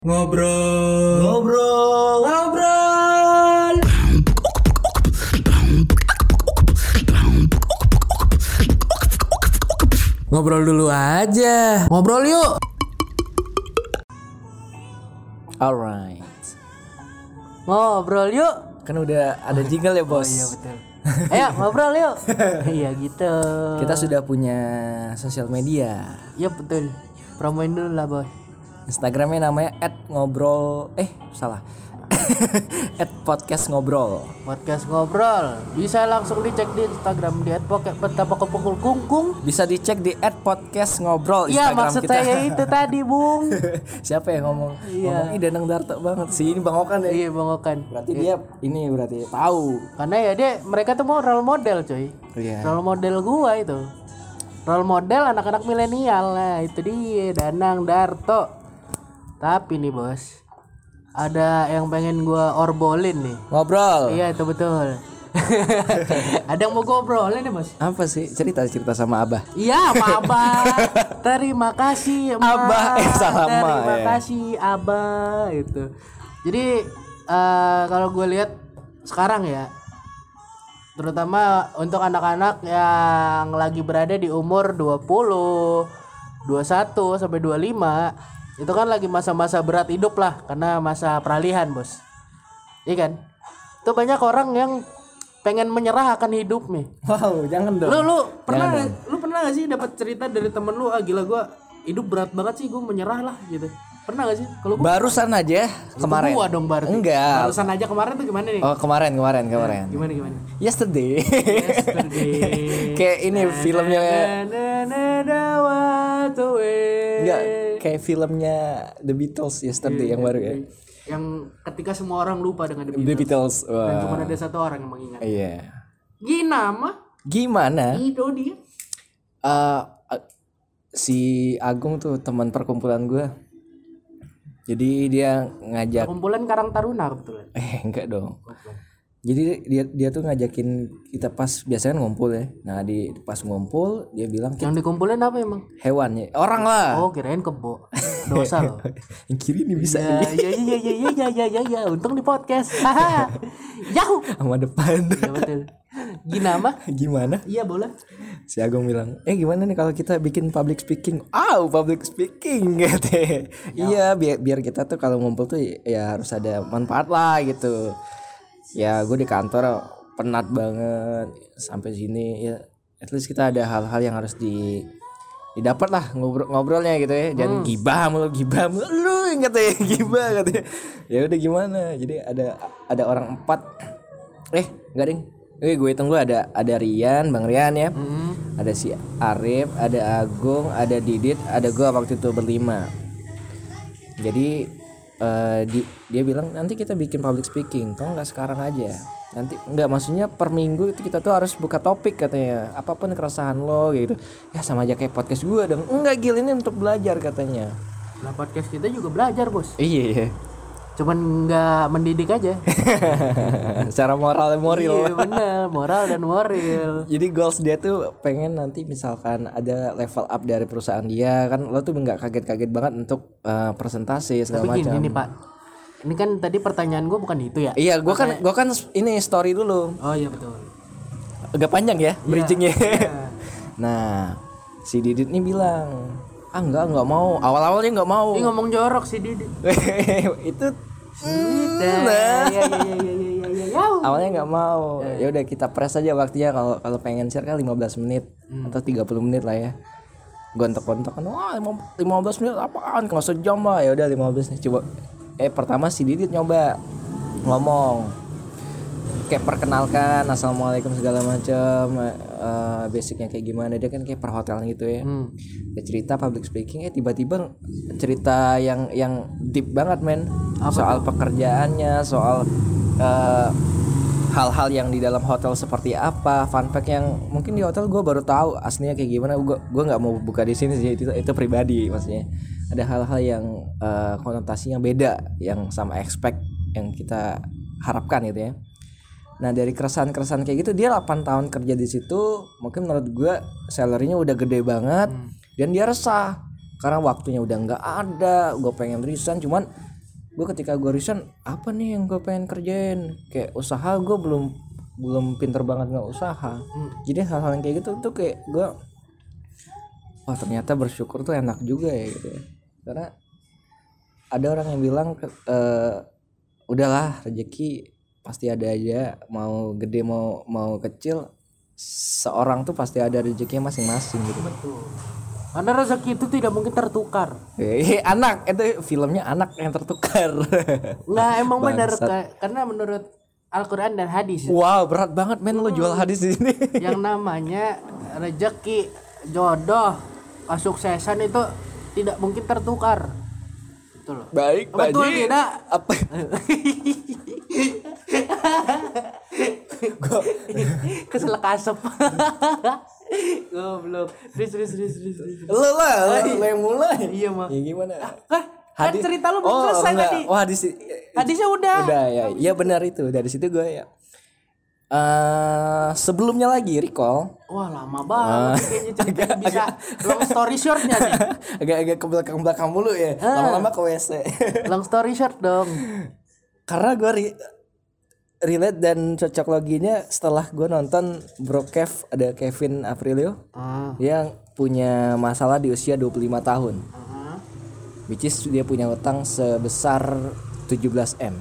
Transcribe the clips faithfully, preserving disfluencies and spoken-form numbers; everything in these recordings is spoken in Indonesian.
Ngobrol, Ngobrol, ngobrol. Ngobrol dulu aja. Ngobrol yuk. alright. Ngobrol yuk. Kan udah ada jingle ya bos. Oh iya betul. Ayo ngobrol yuk. Iya gitu. Kita sudah punya sosial media. Iya betul. Promoin dulu lah boy. Instagramnya namanya et ngobrol. Eh salah. et podcast ngobrol. Podcast ngobrol. Bisa langsung dicek di Instagram di et poket betapa kepukul kungkung. Bisa dicek di et podcast ngobrol Iya Instagram maksud kita. saya itu tadi bung. Siapa yang ngomong? Iya. Ngomong ih Danang Darto banget sih. Ini Bang Okan ya. Iya Bang Okan. Berarti dia ini berarti tahu. Karena ya dia mereka tuh mau role model coy. Iya. Role model gua itu. Role model anak-anak milenial. Nah itu dia Danang Darto. Tapi nih bos, ada yang pengen gua orbolin nih. Ngobrol. Iya itu betul. Ada yang mau gua obrolin nih bos. Apa sih? Cerita-cerita sama Abah. Iya Pak Abah. Terima kasih Emak. Abah, eh, salah Emak, Terima ya. kasih Abah itu. Jadi eh, kalau gue lihat sekarang ya, terutama untuk anak-anak yang lagi berada di umur dua puluh, dua puluh satu sampai dua puluh lima, itu kan lagi masa-masa berat hidup lah karena masa peralihan, Bos. Iya kan? Itu banyak orang yang pengen menyerah akan hidup nih. Wow, jangan dong. Lu lu pernah Jangan gak- lu pernah gak sih dapat cerita dari temen lu, ah gila gua hidup berat banget sih, gua menyerah lah gitu. Pernah gak sih? Kalau gua Barusan aja kemarin. gua dong berarti. Enggak. Barusan aja kemarin tuh gimana nih? Oh, kemarin kemarin kemarin. Gimana gimana? Yesterday. Yesterday. Kayak ini filmnya Na, na, na, na, what away. enggak kayak filmnya The Beatles Yesterday yang baru ya. Yang ketika semua orang lupa dengan The The Beatles. Beatles. Dan Wah. cuma ada satu orang yang mengingat. Iya. Gina mah Gimana? itu dia. Eh, eh, si Agung tuh teman perkumpulan gua. Jadi dia ngajak Kumpulan Karang Taruna kebetulan. eh enggak dong. Jadi dia dia tuh ngajakin kita pas biasanya kan ngumpul ya. Nah, di pas ngumpul dia bilang Yang dikumpulin apa emang? hewan ya. Orang lah. Oh kirain kebo. Dosa loh. Yang kiri nih bisa Ya ini ya ya ya ya ya ya ya ya. Untung di podcast. Haha. Yahoo. sama depan. Ya betul. Gina mah? Gimana? Iya boleh. Si Agung bilang, eh gimana nih kalau kita bikin public speaking? Ah, public speaking gitu. Iya, biar biar kita tuh kalau ngumpul tuh ya harus ada manfaat lah gitu. Ya gue di kantor penat banget sampai sini ya. At least kita ada hal-hal yang harus di didapat lah ngobrol ngobrolnya gitu ya. Jangan gibah mulu gibah mulu lu katanya gibah katanya. Ya udah gimana? Jadi ada ada orang empat. Eh, enggak ding. Oke, gue hitung gue ada ada Rian, Bang Rian ya. Ada si Arif, ada Agung, ada Didit, ada gue waktu itu berlima. Jadi eh, di, dia bilang nanti kita bikin public speaking, kok nggak sekarang aja. Nanti nggak, maksudnya per minggu itu kita tuh harus buka topik katanya. Apapun keresahan lo gitu. Ya sama aja kayak podcast gue dong. Enggak Gil, ini untuk belajar katanya. Nah podcast kita juga belajar bos. Iya iya. Cuman nggak mendidik aja. Secara moral dan moral. Iya benar, moral dan moral. Jadi goals dia tuh pengen nanti misalkan ada level up dari perusahaan dia, kan lo tuh nggak kaget-kaget banget untuk uh, presentasi segala Tapi macam. gini nih Pak, ini kan tadi pertanyaan gue bukan itu ya? Iya, gua kan gua kan ini story dulu. Oh iya betul. Agak panjang ya bridgingnya. Iya. Nah, si Didit nih bilang, ah enggak enggak mau. Awal-awalnya enggak mau. Ini ngomong jorok sih Didi. Itu Nah, ya ya ya ya ya ya ya. awalnya nggak mau. Ya udah kita press aja waktunya, kalau kalau pengen share kan lima belas menit atau tiga puluh menit lah ya. Gontok-gontok kan, wah lima belas menit apaan, nggak sejam lah. Ya udah lima belas nih coba. Eh pertama si Didit nyoba ngomong kayak perkenalkan assalamualaikum segala macam, uh, basicnya kayak gimana. Dia kan kayak perhotelan gitu ya. Hmm. Dia cerita public speaking, eh tiba-tiba cerita yang yang deep banget men. Soal pekerjaannya, soal uh, hal-hal yang di dalam hotel seperti apa, fun fact yang mungkin di hotel gue baru tahu aslinya kayak gimana. Gue gue nggak mau buka di sini sih, itu itu pribadi maksudnya. Ada hal-hal yang uh, konotasinya beda, yang sama expect yang kita harapkan gitu ya. Nah dari keresahan-keresahan kayak gitu, dia delapan tahun kerja di situ, mungkin menurut gue salary-nya udah gede banget. Dan dia resah karena waktunya udah nggak ada. Gue pengen resign, cuman gue ketika gue resign apa nih yang gue pengen kerjain, kayak usaha gue belum belum pinter banget nggak usaha. hmm. Jadi hal-hal yang kayak gitu tuh kayak gue, wah ternyata bersyukur tuh enak juga ya gitu ya. Karena ada orang yang bilang e, udahlah rezeki pasti ada aja, mau gede mau mau kecil, seorang tuh pasti ada rezekinya masing-masing gitu. Betul. Karena rezeki itu tidak mungkin tertukar. Eh, anak itu filmnya anak yang tertukar. Nggak, emang benar karena menurut Al-Quran dan hadis. Wow, berat banget men, lo jual hadis di sini. Yang namanya rezeki, jodoh, kesuksesan itu tidak mungkin tertukar. Betul. Baik, Pak Betul Ji. tidak? Apa? Keselak asap. Goblok. Terus terus terus terus. Lo lah, lo yang mulai. Iya mah. Ya gimana? Hah? Kan cerita lu belum oh, selesai enggak. tadi. Oh, hadis. Hadisnya udah. Udah ya. Iya benar itu. Dari situ gue ya. Uh, sebelumnya lagi recall. Wah lama banget kayaknya ceritanya bisa long story shortnya nih. Agak-agak ke belakang-belakang mulu ya. Ah. Lama-lama ke W C. Long story short dong. Karena gue re- relate dan cocok loginya setelah gue nonton Bro Kev, ada Kevin Aprilio Ah. yang punya masalah di usia dua puluh lima tahun. Uh-huh. Which is dia punya utang sebesar tujuh belas M.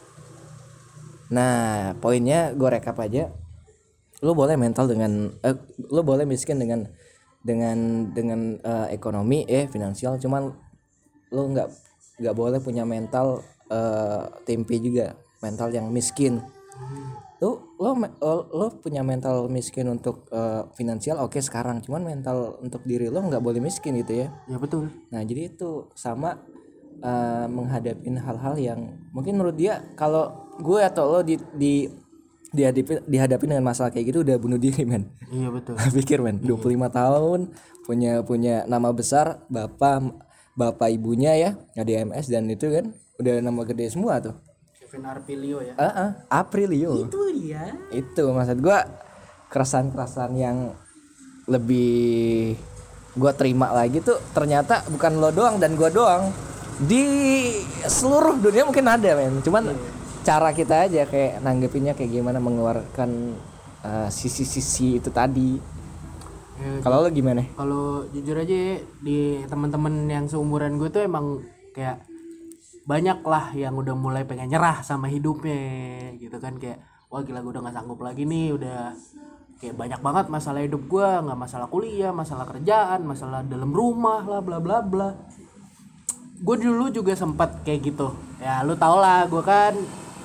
Nah, poinnya gue rekap aja. Lo boleh mental dengan eh, lo boleh miskin dengan dengan dengan uh, ekonomi eh finansial, cuman lo nggak nggak boleh punya mental uh, tempe juga, mental yang miskin. Lo lo lo, lo punya mental miskin untuk uh, finansial oke okay, sekarang, cuman mental untuk diri lo nggak boleh miskin gitu ya. Ya betul. Nah, jadi itu sama uh, menghadapi hal-hal yang mungkin menurut dia kalau gue atau lo di di dihadapi dihadapi dengan masalah kayak gitu udah bunuh diri men. Iya betul. Pikir men, dua puluh lima tahun punya punya nama besar, bapak bapak ibunya ya nggak di M S dan itu kan udah nama gede semua tuh. Kevin Aprilio ya. Ah uh-uh, Aprilio. Itu dia. Itu maksud gue keresahan-keresahan yang lebih gue terima lagi tuh ternyata bukan lo doang dan gue doang, di seluruh dunia mungkin ada men, cuman yeah. Cara kita aja kayak nanggepinnya kayak gimana, mengeluarkan uh, sisi-sisi itu tadi. Ya, kalau lo gimana? Kalau jujur aja di teman-teman yang seumuran gue tuh emang kayak banyak lah yang udah mulai pengen nyerah sama hidupnya gitu kan, kayak wah gila gue udah nggak sanggup lagi nih, udah kayak banyak banget masalah hidup gue, nggak masalah kuliah, masalah kerjaan, masalah dalam rumah lah, bla bla bla. Gue dulu juga sempat kayak gitu ya, lu tau lah gue kan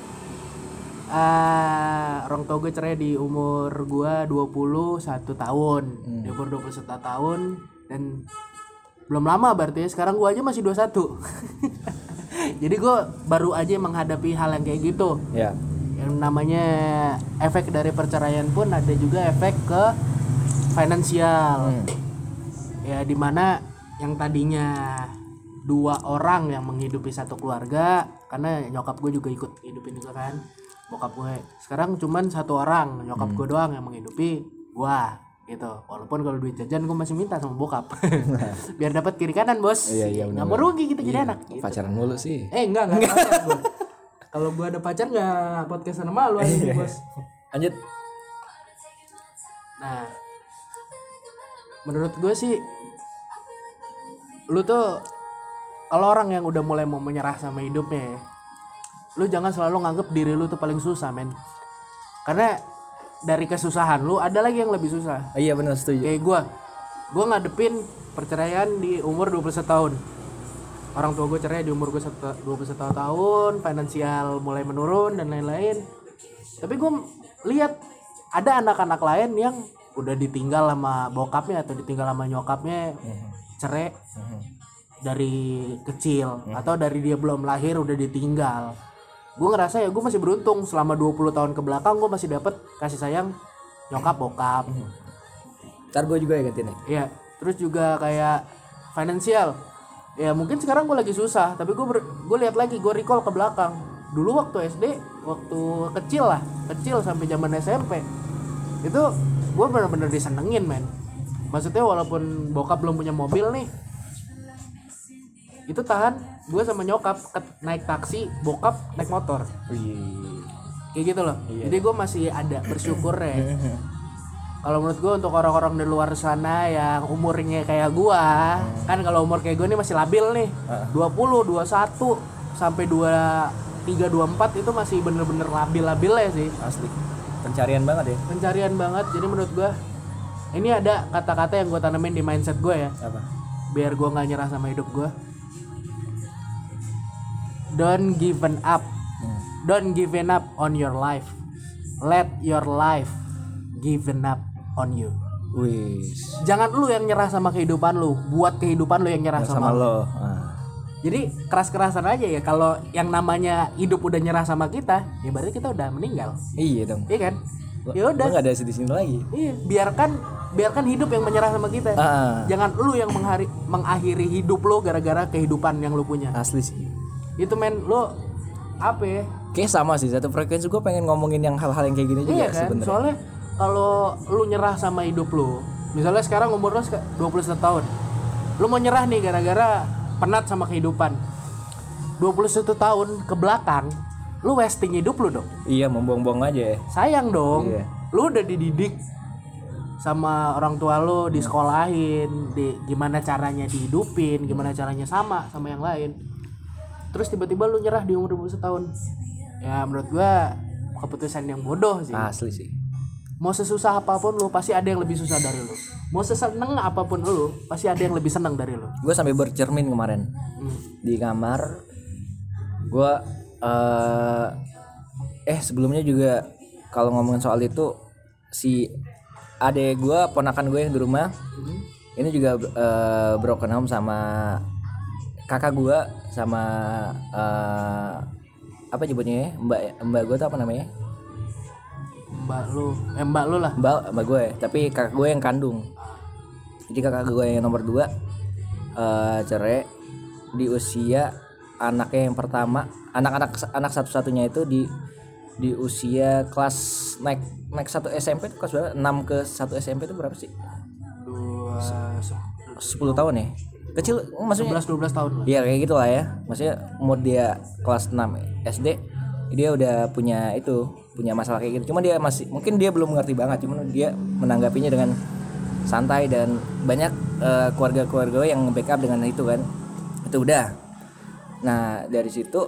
uh, orang tua gue cerai di umur gue dua puluh satu tahun. hmm. Di umur dua puluh satu tahun dan belum lama berarti ya, sekarang gue aja masih dua puluh satu. Jadi gue baru aja menghadapi hal yang kayak gitu ya. Yang namanya efek dari perceraian pun ada juga efek ke finansial. hmm. Ya dimana yang tadinya dua orang yang menghidupi satu keluarga, karena nyokap gue juga ikut hidupin juga kan bokap gue, sekarang cuman satu orang, nyokap hmm. gue doang yang menghidupi gue gitu. Walaupun kalau duit jajan gue masih minta sama bokap biar dapat kiri kanan bos. Iya, iya, nggak mau rugi gitu. Iya. Jadi anak gitu. Pacaran mulu sih eh enggak enggak pacaran gue. Kalau gue ada pacar nggak podcast sama lu aja bos. Lanjut. Nah menurut gue sih lu tuh kalau orang yang udah mulai mau menyerah sama hidupnya, lu jangan selalu nganggep diri lu tuh paling susah men. Karena dari kesusahan lu ada lagi yang lebih susah. Iya benar, setuju. Kayak gue, gue ngadepin perceraian di umur dua puluh satu tahun. Orang tua gue cerai di umur gue dua puluh satu tahun, finansial mulai menurun dan lain-lain. Tapi gue lihat ada anak-anak lain yang udah ditinggal sama bokapnya atau ditinggal sama nyokapnya, cerai dari kecil hmm. atau dari dia belum lahir udah ditinggal. Gue ngerasa ya gue masih beruntung, selama dua puluh tahun ke belakang gue masih dapet kasih sayang nyokap bokap. hmm. Ntar gue juga ya ganti nih. Iya. Terus juga kayak finansial, ya mungkin sekarang gue lagi susah, tapi gue ber- gue lihat lagi, gue recall ke belakang dulu waktu S D, waktu kecil lah, kecil sampai zaman S M P itu gue benar-benar disenengin men. Maksudnya walaupun bokap belum punya mobil nih, itu tahan gue sama nyokap ke- naik taksi, bokap naik motor. Wih. Kayak gitu loh. Jadi gue masih ada bersyukur ya. Kalau menurut gue untuk orang-orang di luar sana yang umurnya kayak gue, kan kalau umur kayak gue nih masih labil nih, dua puluh, dua puluh satu sampai dua puluh tiga, dua puluh empat itu masih bener-bener labil-labil ya sih. Asli. Pencarian banget ya. Pencarian banget. Jadi menurut gue ini ada kata-kata yang gue tanemin di mindset gue ya, Apa? biar gue nggak nyerah sama hidup gue. Don't give up. Don't give up on your life. Let your life give up on you. Wih. Jangan lu yang nyerah sama kehidupan lu, buat kehidupan lu yang nyerah sama, Sama lu. lo. Ah. Jadi keras-kerasan aja ya, kalau yang namanya hidup udah nyerah sama kita, ya berarti kita udah meninggal. Iya dong. Iya kan? Lo- Ya udah. lo nggak ada di sini lagi. Iya, biarkan biarkan hidup yang menyerah sama kita. Ah. Jangan lu yang menghari, mengakhiri hidup lu gara-gara kehidupan yang lu punya. Asli sih. Itu men, lu apa ya? Kayak sama sih, satu frekuensi gue pengen ngomongin yang hal-hal yang kayak gini juga Iya kan? sebenarnya. Soalnya kalau lu nyerah sama hidup lu, misalnya sekarang umur lu dua puluh satu tahun. Lu mau nyerah nih gara-gara penat sama kehidupan. dua puluh satu tahun ke belakang, lu wasting hidup lu dong. Iya, membuang-buang aja ya. Sayang dong. Iya. Lu udah dididik sama orang tua lu, disekolahin, di gimana caranya dihidupin, gimana caranya sama sama yang lain. Terus tiba-tiba lu nyerah di umur dua puluh satu tahun. Ya menurut gua keputusan yang bodoh sih. Asli sih. Mau sesusah apapun lu, pasti ada yang lebih susah dari lu. Mau seseneng apapun lu, pasti ada yang lebih seneng dari lu. Gue sampai bercermin kemarin Hmm. di kamar. Gue eh eh sebelumnya juga kalau ngomongin soal itu, si adek gue, ponakan gue yang di rumah, ini juga eh, broken home sama kakak gue, sama eh, apa nyebutnya ya, mbak mbak gue tuh apa namanya, Mbak lu, eh mbak lu lah. mbak mbak gue, tapi kakak gue yang kandung. Jadi kakak gue yang nomor dua eh, cerai di usia anaknya yang pertama, anak-anak anak satu-satunya itu di di usia kelas naik naik satu S M P itu kelas berapa? enam ke satu S M P itu berapa sih? Dua sepuluh tahun ya? Kecil maksudnya? sebelas dua belas tahun lah. Iya kayak gitu lah ya. Maksudnya umur dia kelas enam S D, dia udah punya itu, punya masalah kayak gitu. Cuma dia masih, mungkin dia belum mengerti banget, cuma dia menanggapinya dengan santai, dan banyak uh, keluarga-keluarga yang backup dengan itu kan. Itu udah. Nah dari situ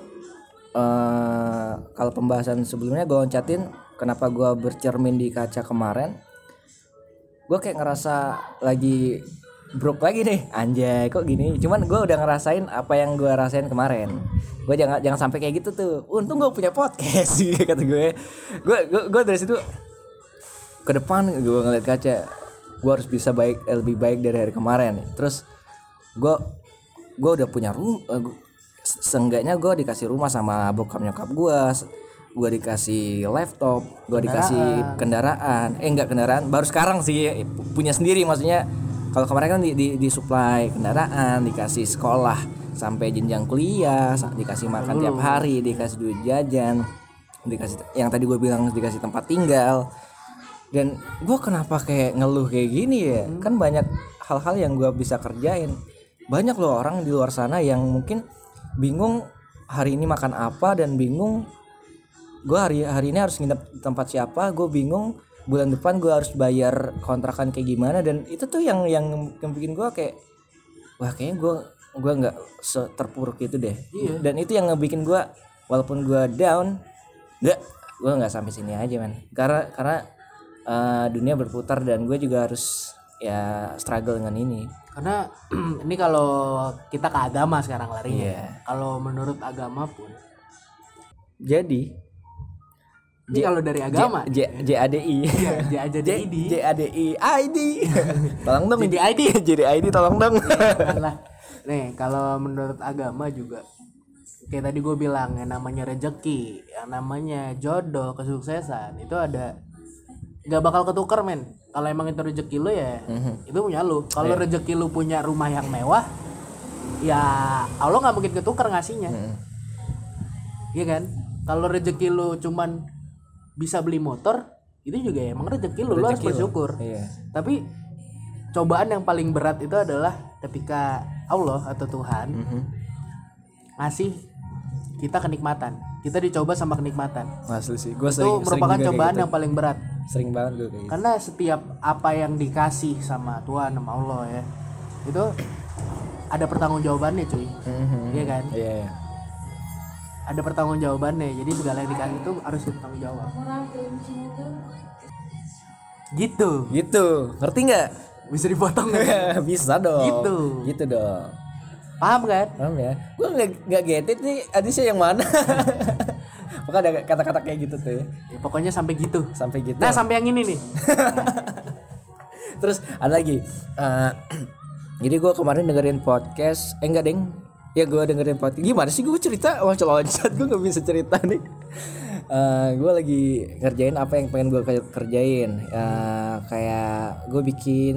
uh, kalau pembahasan sebelumnya gue loncatin kenapa gue bercermin di kaca kemarin, gue kayak ngerasa lagi broke lagi nih, anjay kok gini. Cuman gue udah ngerasain apa yang gue rasain kemarin. Gue jangan jangan sampai kayak gitu tuh. Untung gue punya podcast kata gue. Gue gue gue dari situ ke depan gue ngeliat kaca, gue harus bisa baik lebih baik dari hari kemarin. Terus gue gue udah punya rumah, seenggaknya gue dikasih rumah sama bokap nyokap gue, gue dikasih laptop, gue dikasih kendaraan, eh enggak kendaraan, baru sekarang sih punya sendiri. Maksudnya kalau kemarin kan di, di, di supply kendaraan, dikasih sekolah sampai jenjang kuliah, dikasih makan tiap hari, dikasih duit jajan, dikasih yang tadi gue bilang dikasih tempat tinggal. Dan gue kenapa kayak ngeluh kayak gini ya? Kan banyak hal-hal yang gue bisa kerjain. Banyak loh orang di luar sana yang mungkin bingung hari ini makan apa, dan bingung gue hari hari ini harus nginep di tempat siapa, gue bingung bulan depan gue harus bayar kontrakan kayak gimana. Dan itu tuh yang yang, yang bikin gue kayak, wah kayaknya gue gue nggak terpuruk itu deh. Iya. Dan itu yang ngebikin gue, walaupun gue down, nggak, gue nggak sampai sini aja man. Karena karena uh, dunia berputar dan gue juga harus ya struggle dengan ini. Karena ini kalau kita ke agama sekarang larinya. Iya. Kalau menurut agama pun. Jadi Ini kalau dari agama. J J A D I. Iya, J aja J di I D. J A D I I D. Tolong dong Jadi I D. Jadi I D tolong dong. Lah. Nih, kalau menurut agama juga kayak tadi gue bilang, yang namanya rezeki, yang namanya jodoh, kesuksesan, itu ada nggak bakal ketukar men. Kalau emang itu rezeki lu ya, mm-hmm. itu punya lu. Kalau yeah. rezeki lu punya rumah yang mewah, ya Allah nggak mungkin ketukar ngasihnya. Mm-hmm. Iya kan? Kalau rezeki lu cuman bisa beli motor, itu juga emang rezeki lu, lu harus bersyukur. Iya. Tapi cobaan yang paling berat itu adalah ketika Allah atau Tuhan mm-hmm. ngasih kita kenikmatan. Kita dicoba sama kenikmatan. Asli sih. Gua Itu sering, merupakan sering juga cobaan kayak gitu. yang paling berat. Sering banget gue kayak gitu. Karena setiap apa yang dikasih sama Tuhan, sama Allah ya, itu ada pertanggungjawabannya cuy. Mhm. Iya kan? Iya. Iya. Ada pertanggungjawabannya. Jadi segala yang dikasih itu harus bertanggung jawab. Gitu. Gitu. Ngerti nggak? Bisa dipotong nggak? Bisa dong. Gitu. Gitu dong. Paham kan? Paham ya? Gue nggak nggak get it nih. Adisnya yang mana? Pokoknya ada kata-kata kayak gitu tuh. Ya. Ya, pokoknya sampai gitu. Sampai gitu. Nah sampai yang ini nih. Terus ada lagi. Uh, jadi gue kemarin dengerin podcast. Eh enggak deng. Ya gue dengerin podcast. Gimana sih gue cerita? Loncat-loncat. Gue nggak bisa cerita nih. Uh, gue lagi ngerjain apa yang pengen gue kerjain. Uh, kayak gue bikin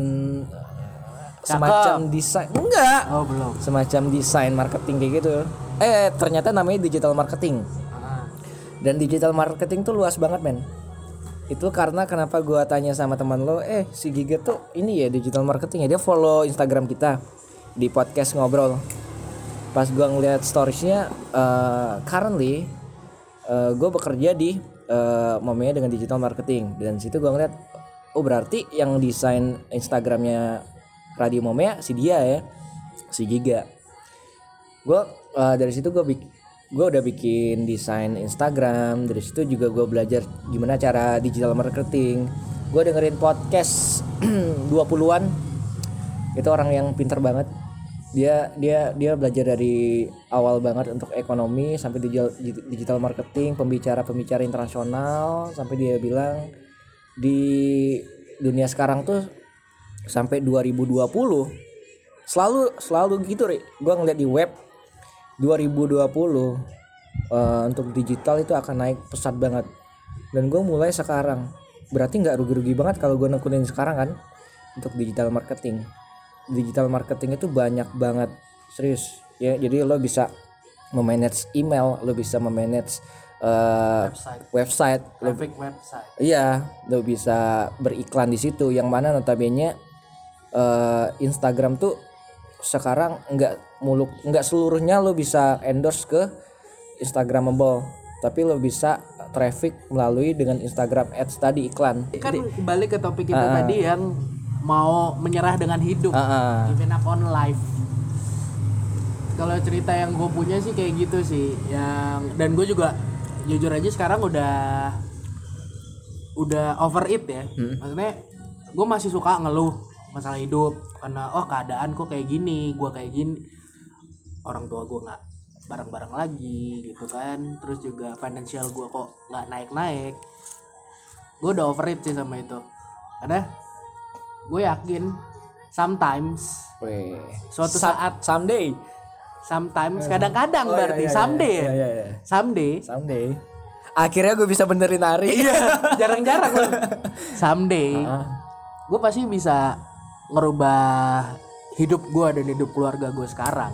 semacam desain. Enggak. Oh belum. Semacam desain marketing kayak gitu. Eh ternyata namanya digital marketing. Dan digital marketing tuh luas banget men. Itu karena kenapa gue tanya sama teman lo, eh si Giga tuh ini ya digital marketing ya. Dia follow Instagram kita di podcast ngobrol. Pas gue ngeliat storiesnya, uh, currently uh, gue bekerja di uh, Momea dengan digital marketing. Dan situ gue ngeliat, oh berarti yang desain Instagramnya Radio Momea si dia ya, si Giga. Gue uh, dari situ gue bikin gue udah bikin desain Instagram. Dari situ juga gue belajar gimana cara digital marketing. Gue dengerin podcast dua puluhan. Itu orang yang pinter banget. Dia dia dia belajar dari awal banget untuk ekonomi sampai digital digital marketing, pembicara-pembicara internasional, sampai dia bilang di dunia sekarang tuh sampai dua ribu dua puluh selalu selalu gitu, Ri. Gue ngeliat di web dua ribu dua puluh uh, untuk digital itu akan naik pesat banget. Dan gue mulai sekarang. Berarti nggak rugi-rugi banget kalau gue nekunin sekarang kan untuk digital marketing. Digital marketing itu banyak banget, serius ya. Jadi lo bisa memanage email, lo bisa memanage uh, Website. website, lo, Traffic website. iya, lo bisa beriklan di situ. Yang mana notabene uh, Instagram tuh sekarang nggak muluk, nggak seluruhnya lo bisa endorse ke Instagramable, tapi lo bisa traffic melalui dengan Instagram ads tadi, iklan. Kan balik ke topik kita uh, tadi yang mau menyerah dengan hidup, uh, uh. giving up on life. Kalau cerita yang gue punya sih kayak gitu sih, yang dan gue juga jujur aja sekarang udah udah over it ya. Hmm. Maksudnya gue masih suka ngeluh masalah hidup karena oh keadaan kok kayak gini, gue kayak gini, orang tua gue nggak bareng-bareng lagi gitu kan, terus juga financial gue kok nggak naik-naik. Gue udah over it sih sama itu, karena gue yakin sometimes Weh. suatu Sa- saat someday sometimes kadang-kadang oh, berarti iya, iya, someday iya, iya, iya. someday someday akhirnya gue bisa benerin hari. jarang-jarang loh. Someday uh-huh. gue pasti bisa ngerubah hidup gue dan hidup keluarga gue sekarang.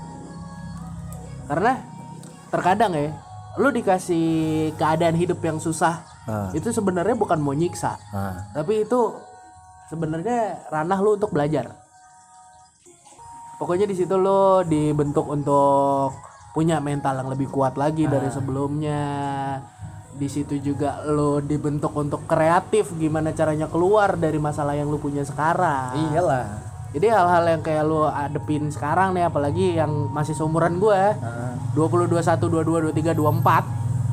Karena terkadang ya lu dikasih keadaan hidup yang susah, uh. itu sebenarnya bukan mau nyiksa, uh. tapi itu sebenarnya ranah lu untuk belajar. Pokoknya di situ lu dibentuk untuk punya mental yang lebih kuat lagi uh. dari sebelumnya. Di situ juga lo dibentuk untuk kreatif, gimana caranya keluar dari masalah yang lo punya sekarang. Iyalah. Jadi hal-hal yang kayak lo adepin sekarang nih, apalagi yang masih seumuran gue, uh. dua puluh, dua puluh satu, dua puluh dua, dua puluh tiga, dua puluh empat.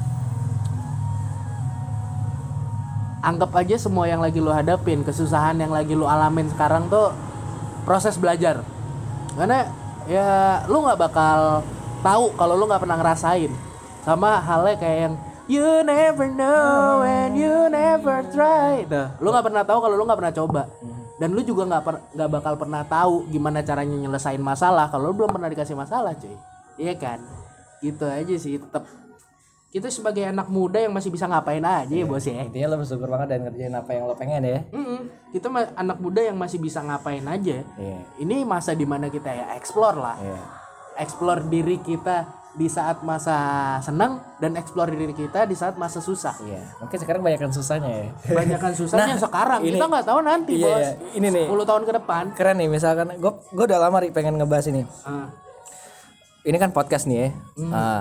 Anggap aja semua yang lagi lo hadapin, kesusahan yang lagi lo alamin sekarang tuh proses belajar. Karena ya lo nggak bakal tahu kalau lo nggak pernah ngerasain. Sama halnya kayak yang you never know and you never try. Nah, lu nggak pernah tahu kalau lu nggak pernah coba. Dan lu juga nggak per- nggak bakal pernah tahu gimana caranya nyelesain masalah kalau lu belum pernah dikasih masalah, cuy. Iya kan? Gitu aja sih. Tetap kita sebagai anak muda yang masih bisa ngapain aja ya, bos ya. Intinya lo bersyukur banget dan ngerjain apa yang lo pengen ya. Mm-mm. Kita ma- anak muda yang masih bisa ngapain aja. Yeah. Ini masa dimana kita ya explore lah. Yeah. Explore diri kita di saat masa senang dan explore diri kita di saat masa susah. Iya. Mungkin sekarang banyakkan susahnya ya. Banyakkan susahnya nah, sekarang. Ini, kita nggak tahu nanti, iya, bos. Iya. Ini nih. sepuluh tahun ke depan. Keren nih, misalkan gue gue udah lama nih pengen ngebahas ini. Uh. ini kan podcast nih ya. Hmm. Nah,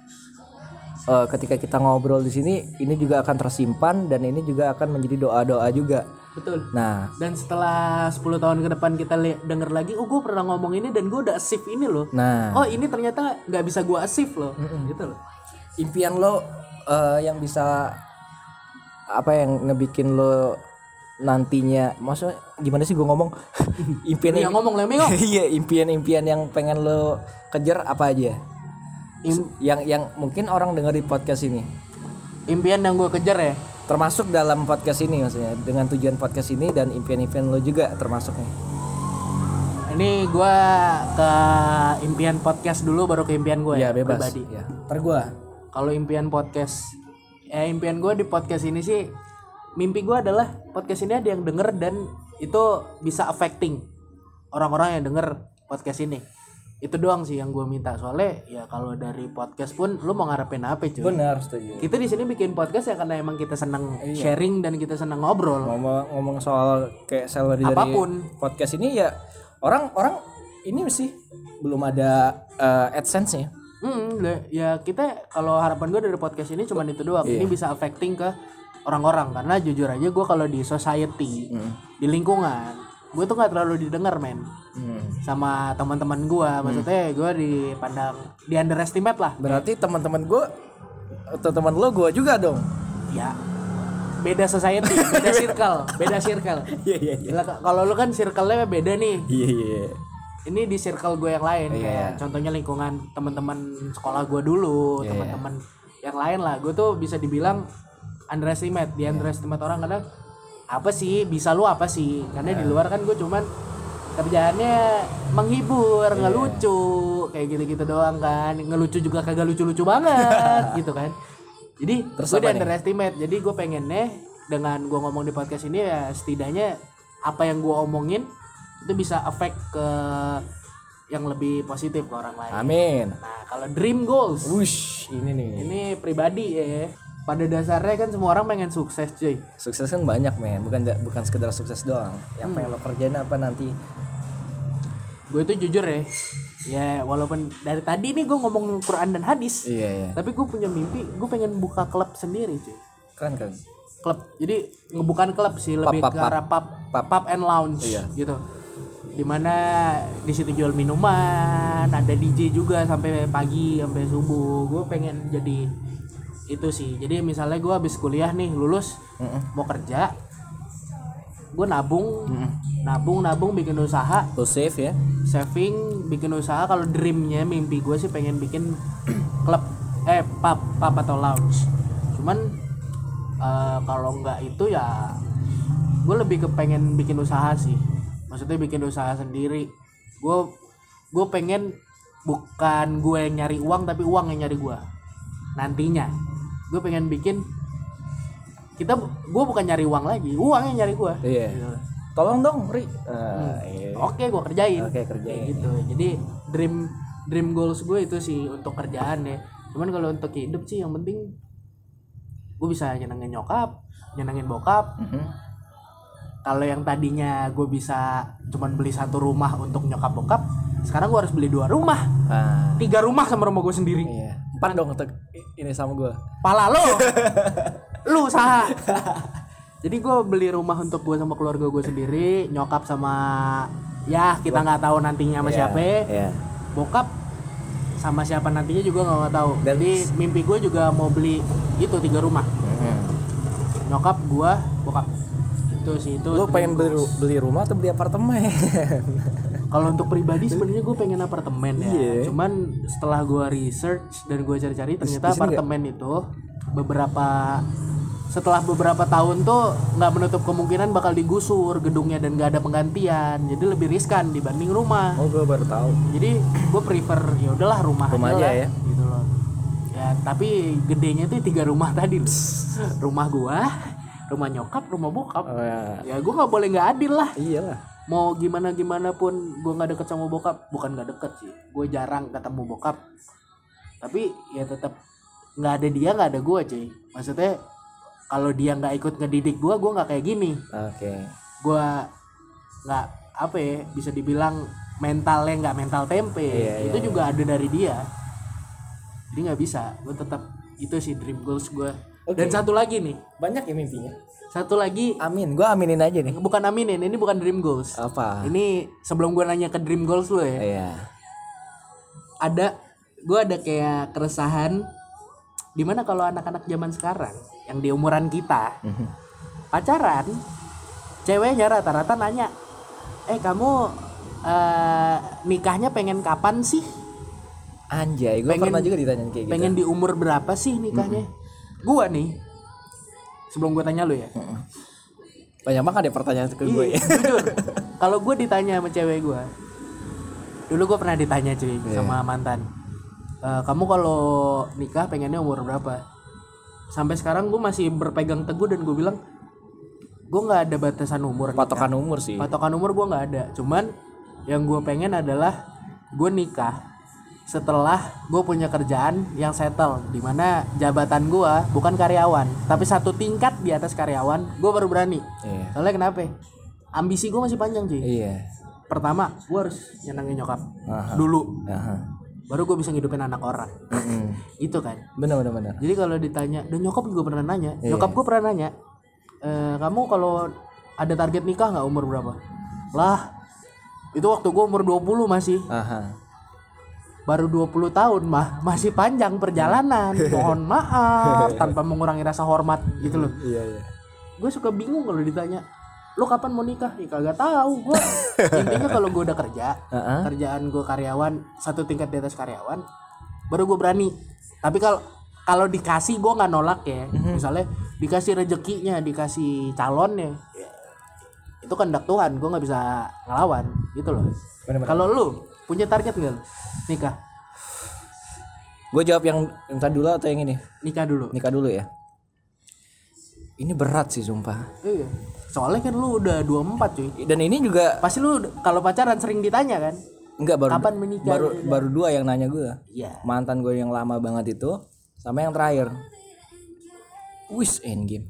eh, ketika kita ngobrol di sini, ini juga akan tersimpan dan ini juga akan menjadi doa-doa juga. Betul. Nah, Dan setelah sepuluh tahun ke depan kita li- denger lagi, oh gue pernah ngomong ini dan gue udah save ini loh. nah, Oh ini ternyata nggak bisa gue save loh. Gitu loh. impian lo eh, yang bisa apa yang ngebikin lo nantinya, maksudnya gimana sih gue ngomong? impian Yang ngomong Lemi kok. Iya, impian-impian yang pengen lo kejar apa aja? Im- yang yang mungkin orang denger di podcast ini. impian yang gue kejar ya. Termasuk dalam podcast ini maksudnya, dengan tujuan podcast ini dan impian-impian lo juga termasuk nih. Ini gue ke impian podcast dulu baru ke impian gue Ya ya, bebas. pribadi. Ya. Ntar gua. Kalau impian podcast, ya impian gue di podcast ini sih, mimpi gue adalah podcast ini ada yang denger dan itu bisa affecting orang-orang yang denger podcast ini. Itu doang sih yang gue minta. Soalnya ya kalau dari podcast pun lu mau ngarepin apa cuy? Benar, setuju. Kita di sini bikin podcast ya karena emang kita seneng sharing dan kita seneng ngobrol. Ngomong ngomong soal kayak salary dari Apapun. podcast ini ya orang-orang ini sih belum ada uh, AdSense-nya. Hmm, le- ya kita kalau harapan gue dari podcast ini cuman itu doang. Ini bisa affecting ke orang-orang karena jujur aja gue kalau di society, di lingkungan, gue tuh nggak terlalu didengar men. Sama teman-teman gue, maksudnya gue dipandang di underestimate lah. Berarti teman-teman gua atau teman lo gua juga dong. Ya beda society, beda circle, beda circle. Iya iya iya. Gila, kalau lu kan circle-nya beda nih. Iya iya. Ini di circle gue yang lain kayak contohnya lingkungan teman-teman sekolah gue dulu, teman-teman yang lain lah. Gue tuh bisa dibilang underestimate, di underestimate orang kadang apa sih bisa lu apa sih? Karena di luar kan gue cuman kerjaannya menghibur, ngelucu, kayak gitu-gitu doang kan. Ngelucu juga kagak lucu-lucu banget gitu kan. Jadi gue di underestimate. Jadi gue pengennya dengan gue ngomong di podcast ini ya setidaknya apa yang gue omongin itu bisa efek ke yang lebih positif ke orang lain. Amin. Nah kalau dream goals, Wush, ini nih. ini pribadi ya. Pada dasarnya kan semua orang pengen sukses cuy. Sukses kan banyak men, bukan bukan sekedar sukses doang. Yang pengen lo kerjain apa nanti? Gue itu jujur ya, ya walaupun dari tadi nih gue ngomong Quran dan hadis, Iya iya. tapi gue punya mimpi, gue pengen buka klub sendiri cuy. Keren kan? Klub, jadi ngebukan klub sih, lebih Pub, ke pub, arah pub, pub and lounge Iya. gitu. Dimana di situ jual minuman, ada D J juga sampai pagi sampai subuh. Gue pengen jadi itu sih. Jadi misalnya gue habis kuliah nih lulus, mau kerja, gue nabung, nabung nabung bikin usaha, Lo save ya. saving, bikin usaha. Kalau dreamnya mimpi gue sih pengen bikin klub, eh pub, pub atau lounge. Cuman eh, kalau nggak itu ya gue lebih ke pengen bikin usaha sih. Maksudnya bikin usaha sendiri. Gue gue pengen bukan gue yang nyari uang tapi uang yang nyari gue. Nantinya gue pengen bikin kita, gue bukan nyari uang lagi, uang yang nyari gue. Iya. Gitu. Tolong dong, Ri. Ah, iya. Oke, gue kerjain. Oke, kerjain. Kayak gitu. Jadi dream dream goals gue itu sih untuk kerjaan ya. Cuman kalau untuk hidup sih yang penting gue bisa nyenengin nyokap, nyenengin bokap. Kalau yang tadinya gue bisa cuman beli satu rumah untuk nyokap bokap, sekarang gue harus beli dua rumah, Ah, tiga rumah sama rumah gue sendiri. iya. Empat dong untuk ini sama gue. Pala lo, lu usaha. Jadi gue beli rumah untuk gue sama keluarga gue sendiri, nyokap sama ya kita nggak tahu nantinya sama siapa. Iya. Bokap sama siapa nantinya juga nggak tahu. Jadi mimpi gue juga mau beli itu tiga rumah. Nyokap gue, bokap. Itu sih itu. Lo pengen beli, beli rumah atau beli apartemen? Kalau untuk pribadi sebenarnya gue pengen apartemen ya. Iya. Cuman setelah gue research dan gue cari-cari ternyata di sini apartemen itu beberapa setelah beberapa tahun tuh nggak menutup kemungkinan bakal digusur gedungnya dan nggak ada penggantian. Jadi lebih riskan dibanding rumah. Oh, gue baru tahu. Jadi gue prefer ya udahlah rumah, Rumah aja lah, ya. gitu loh. Ya tapi gedenya tuh tiga rumah tadi loh. Rumah gua, rumah nyokap, rumah bokap. Oh, ya. Ya gue nggak boleh nggak adil lah. Iyalah. Mau gimana gimana pun gue nggak deket sama bokap, bukan nggak deket sih, gue jarang ketemu bokap, tapi ya tetap nggak ada dia nggak ada gue cuy. Maksudnya kalau dia nggak ikut ngedidik gue gue nggak kayak gini. Oke. Gue nggak apa ya, bisa dibilang mentalnya nggak mental tempe, Iya, itu iya, juga ada dari dia. Jadi nggak bisa, gue tetap itu sih dream goals gue. Oke. Dan satu lagi nih, Banyak ya mimpinya. satu lagi Amin, gue aminin aja nih. bukan aminin, ini bukan dream goals. Apa? Ini sebelum gue nanya ke dream goals lo ya, Iya. ada gue ada kayak keresahan dimana kalau anak-anak zaman sekarang yang di umuran kita pacaran, ceweknya rata-rata nanya, eh kamu eh, nikahnya pengen kapan sih? Anjay, gue Pengen- pernah juga ditanyain kayak gitu. Pengen di umur berapa sih nikahnya? Gua nih, sebelum gue tanya lu ya, Banyak banget deh pertanyaan ke gue ya. Iya, jujur, kalau gue ditanya sama cewek gue, dulu gue pernah ditanya cuy sama mantan, "E, kamu kalau nikah pengennya umur berapa?" Sampai sekarang gue masih berpegang teguh dan gue bilang, gue nggak ada batasan umur. nikah. Patokan umur sih. Patokan umur gue nggak ada, cuman yang gue pengen adalah gue nikah setelah gue punya kerjaan yang settle, dimana jabatan gue bukan karyawan tapi satu tingkat di atas karyawan, gue baru berani. Iya. Soalnya kenapa? Ambisi gue masih panjang cuy. Iya. Pertama, gue harus nyenangin nyokap Aha. dulu, Aha. baru gue bisa ngidupin anak orang. Mm-mm. Itu kan. Bener bener bener. Jadi kalau ditanya, dan nyokap juga pernah nanya, Iya. nyokap gue pernah nanya, e, kamu kalau ada target nikah nggak umur berapa? Lah, itu waktu gue umur dua puluh masih. Aha. Baru dua puluh tahun mah, masih panjang perjalanan. Mohon maaf, tanpa mengurangi rasa hormat gitu loh. Iya iya. Gue suka bingung kalau ditanya, lo kapan mau nikah? Ya kagak tahu gue. Intinya kalau gue udah kerja, Uh-uh. kerjaan gue karyawan satu tingkat di atas karyawan, baru gue berani. Tapi kalau kalau dikasih gue nggak nolak ya. Misalnya dikasih rezekinya, dikasih calonnya, ya, itu kehendak Tuhan, gue nggak bisa ngelawan gitu loh. Bener-bener. Kalau lu punya target nggak lu? Nikah? Gue jawab yang yang tadi dulu atau yang ini? Nikah dulu. Nikah dulu ya. Ini berat sih sumpah. Iya. Soalnya kan lu udah dua puluh empat cuy. Dan ini juga Pasti lu kalau pacaran sering ditanya kan? enggak baru Kapan menikah? baru baru dua yang nanya gue. Iya. Mantan gue yang lama banget itu sama yang terakhir. Wis endgame.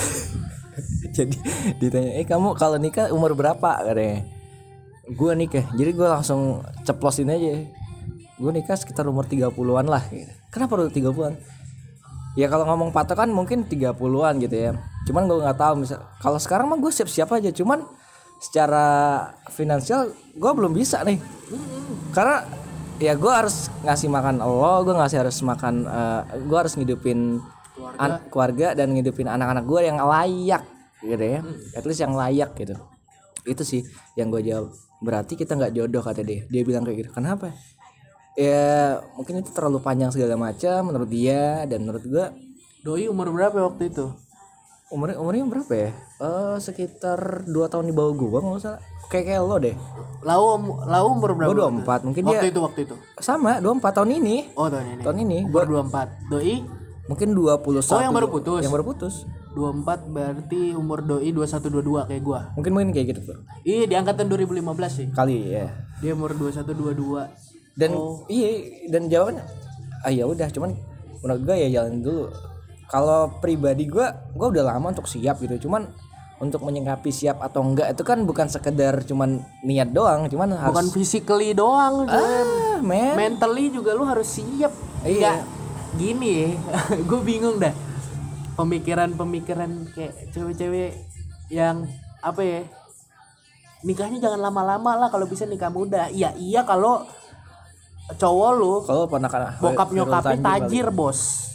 Jadi ditanya, "Eh kamu kalau nikah umur berapa?" katanya. Gue nikah. Jadi gue langsung ceplosin aja. Gue nikah sekitar umur tiga puluhan lah gitu. Kenapa lu tiga puluhan? Ya kalau ngomong patokan mungkin tiga puluhan gitu ya. Cuman gue nggak tahu misal kalau sekarang mah gue siap-siap aja, cuman secara finansial gue belum bisa nih. Karena ya gue harus ngasih makan Allah, gue ngasih harus makan uh, gue harus ngidupin keluarga. An- keluarga dan ngidupin anak-anak gue yang layak gitu ya. At least yang layak gitu. Itu sih yang gue jawab. Berarti kita nggak jodoh kata dia. Dia bilang kayak gitu. Kenapa? Ya mungkin itu terlalu panjang segala macam menurut dia dan menurut gua. Doi umur berapa waktu itu? Umurnya umurnya berapa ya? Eh sekitar dua tahun di bawah gua nggak usah. Kayak kayak lo deh. Lau lau umur berapa? Gua dua puluh empat mungkin waktu dia itu waktu itu. sama dua puluh empat tahun ini. Oh tahun ini. Tahun ini Umur gua dua puluh empat. Doi mungkin dua puluh satu. Oh, yang baru putus? Yang baru putus. dua puluh empat berarti umur doi dua puluh satu dua puluh dua kayak gua. Mungkin mungkin kayak gitu tuh. Iya, di angkatan dua ribu lima belas sih. Kali ya. Dia umur dua puluh satu dua puluh dua. Dan Oh. iya dan jawabannya ah ya udah cuman menurut gua ya jalan dulu. Kalau pribadi gua gua udah lama untuk siap gitu. Cuman untuk menyikapi siap atau enggak itu kan bukan sekedar cuman niat doang, cuman harus Bukan physically doang, Jem. ah, man. Mentally juga lu harus siap. Iya. Nggak gini ya. Gue bingung dah. Pemikiran-pemikiran kayak cewek-cewek yang apa ya? Nikahnya jangan lama-lama lah, kalau bisa nikah muda. Iya, iya kalau cowok lu Kalau ponakan bokap Hairul nyokapnya Tanjung tajir, Bos.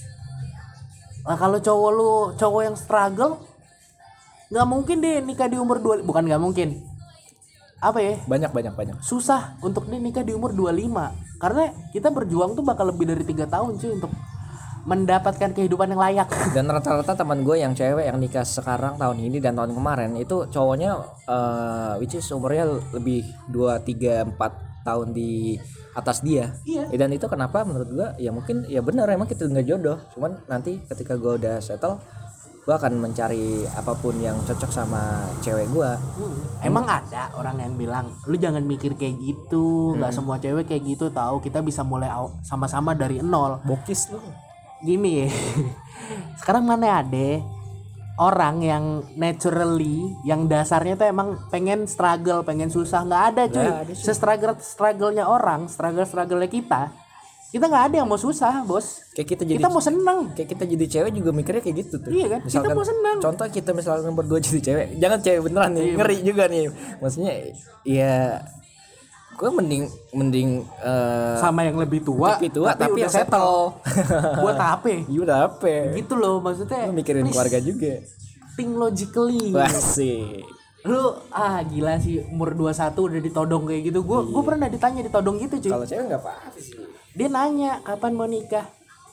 Nah, kalau cowok lu cowok yang struggle, nggak mungkin deh nikah di umur dua, bukan nggak mungkin. Apa ya? kali. Banyak banyak banyak. Susah untuk nih nikah di umur dua puluh lima. Karena kita berjuang tuh bakal lebih dari tiga tahun cuy untuk mendapatkan kehidupan yang layak. Dan rata-rata teman gue yang cewek yang nikah sekarang tahun ini dan tahun kemarin itu cowoknya uh, which is umurnya lebih dua, tiga, empat tahun di atas dia. Iya. Ya, dan itu kenapa menurut gue ya mungkin ya benar emang kita nggak jodoh. Cuman nanti ketika gue udah settle gue akan mencari apapun yang cocok sama cewek gue. Hmm. Emang ada orang yang bilang lu jangan mikir kayak gitu, nggak semua cewek kayak gitu, tahu kita bisa mulai aw- sama-sama dari nol. Bokis lu. Gini ya. Sekarang mana ada orang yang naturally, yang dasarnya tuh emang pengen struggle, pengen susah, nggak ada cuy. Se-struggle struggle-nya orang, struggle struggle-nya kita, kita nggak ada yang mau susah, bos. Kayak kita jadi Kita mau seneng. Kayak kita jadi cewek juga mikirnya kayak gitu tuh. Iya kan? Kita mau seneng. Contoh kita misalkan berdua jadi cewek, jangan cewek beneran nih, ngeri juga nih. Maksudnya ya gue mending mending eh, Sama yang lebih tua, lebih tua tapi, udah yang settle. Buat apa? Iya udah apa? Gitu loh maksudnya. Lu mikirin Please, keluarga juga. think logically. Wah sih. Lu ah gila sih umur dua puluh satu udah ditodong kayak gitu. Gue gue pernah ditanya ditodong gitu cuy. Kalau cewek nggak apa-apa sih. Dia nanya kapan mau nikah.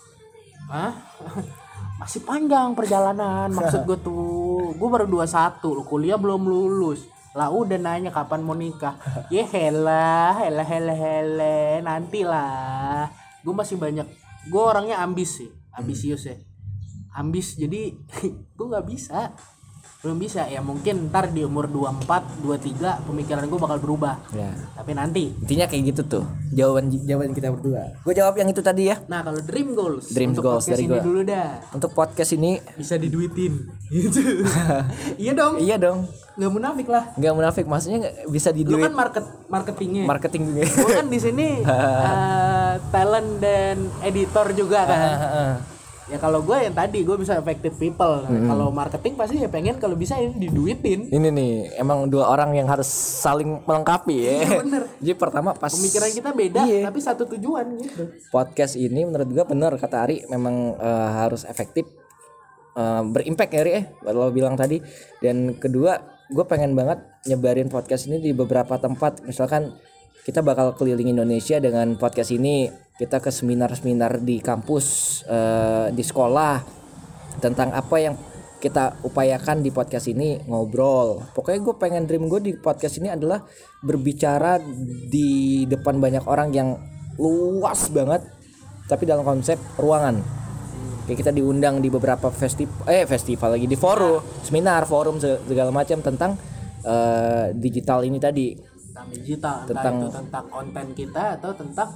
Hah? Masih panjang perjalanan. Maksud gue tuh, gue baru dua puluh satu, lu kuliah belum lulus. Lah udah nanya kapan mau nikah. Ya helah, helah helah helah, nantilah. Gue masih banyak. Gue orangnya ambis sih, ambisius ya. Ambis jadi gue nggak bisa. Belum bisa ya, mungkin ntar di umur dua puluh empat, dua puluh tiga pemikiran gue bakal berubah. Ya. Tapi nanti. Intinya kayak gitu tuh. Jawaban jawaban kita berdua. Gue jawab yang itu tadi ya. Nah, kalau dream goals. Dream untuk goals podcast dari ini gua. dulu dah. Untuk podcast ini Bisa diduitin. Gitu. Iya dong. iya dong. Nggak munafik lah. Nggak munafik, maksudnya nggak bisa Lu diduit kan market marketingnya. marketing juga. Gue kan di sini uh, talent dan editor juga kan. Ya kalau gue yang tadi gue bisa effective people. Mm-hmm. Kalau marketing pasti ya pengen kalau bisa ini diduitin. Ini nih emang dua orang yang harus saling melengkapi ya. Iya bener. Jadi pertama pas Pemikiran kita beda Iya. tapi satu tujuan gitu. Podcast ini menurut gua bener kata Ari memang eh, harus efektif, eh, berimpact ya Ari eh kalau bilang tadi. Dan kedua gue pengen banget nyebarin podcast ini di beberapa tempat. Misalkan kita bakal keliling Indonesia dengan podcast ini. Kita ke seminar-seminar di kampus, eh, di sekolah tentang apa yang kita upayakan di podcast ini, ngobrol. Pokoknya gue pengen dream gue di podcast ini adalah berbicara di depan banyak orang yang luas banget, tapi dalam konsep ruangan. Kayak kita diundang di beberapa festival, eh festival lagi di forum, seminar, forum segala macam tentang uh, digital ini tadi. Tentang digital, entah Tentang- itu tentang konten kita atau tentang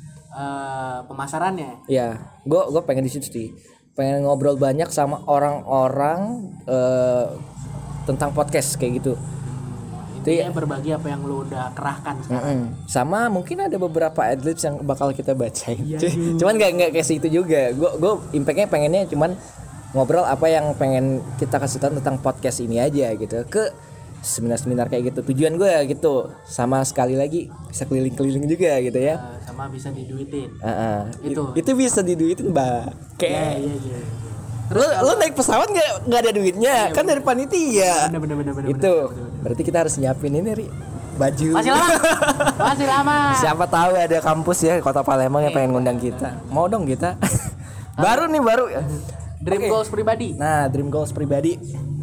uh, pemasarannya. Ya, gue gue pengen di situ sih, pengen ngobrol banyak sama orang-orang uh, tentang podcast kayak gitu. Intinya berbagi apa yang lu udah kerahkan sekarang. Mm-mm. Sama mungkin ada beberapa adlibs yang bakal kita bacain. Iya, C- cuman nggak nggak kayak situ juga. Gue gue impactnya pengennya cuman ngobrol apa yang pengen kita kasih tahu tentang podcast ini aja gitu ke seminar-seminar kayak gitu. Tujuan gue ya gitu. Sama sekali lagi bisa keliling-keliling juga gitu ya. Uh, sama bisa diduitin. Uh-uh. Itu. Itu bisa diduitin mbak. Iya Kayak iya iya. lo lo naik pesawat nggak nggak ada duitnya kan dari panitia. Bener bener bener bener. Itu berarti kita harus nyiapin ini Ri. Baju. Masih lama. Masih lama. Siapa tahu ada kampus ya Kota Palembang yang pengen ngundang kita. Mau dong kita. Baru nih baru. Dream Oke. goals pribadi. Nah, dream goals pribadi.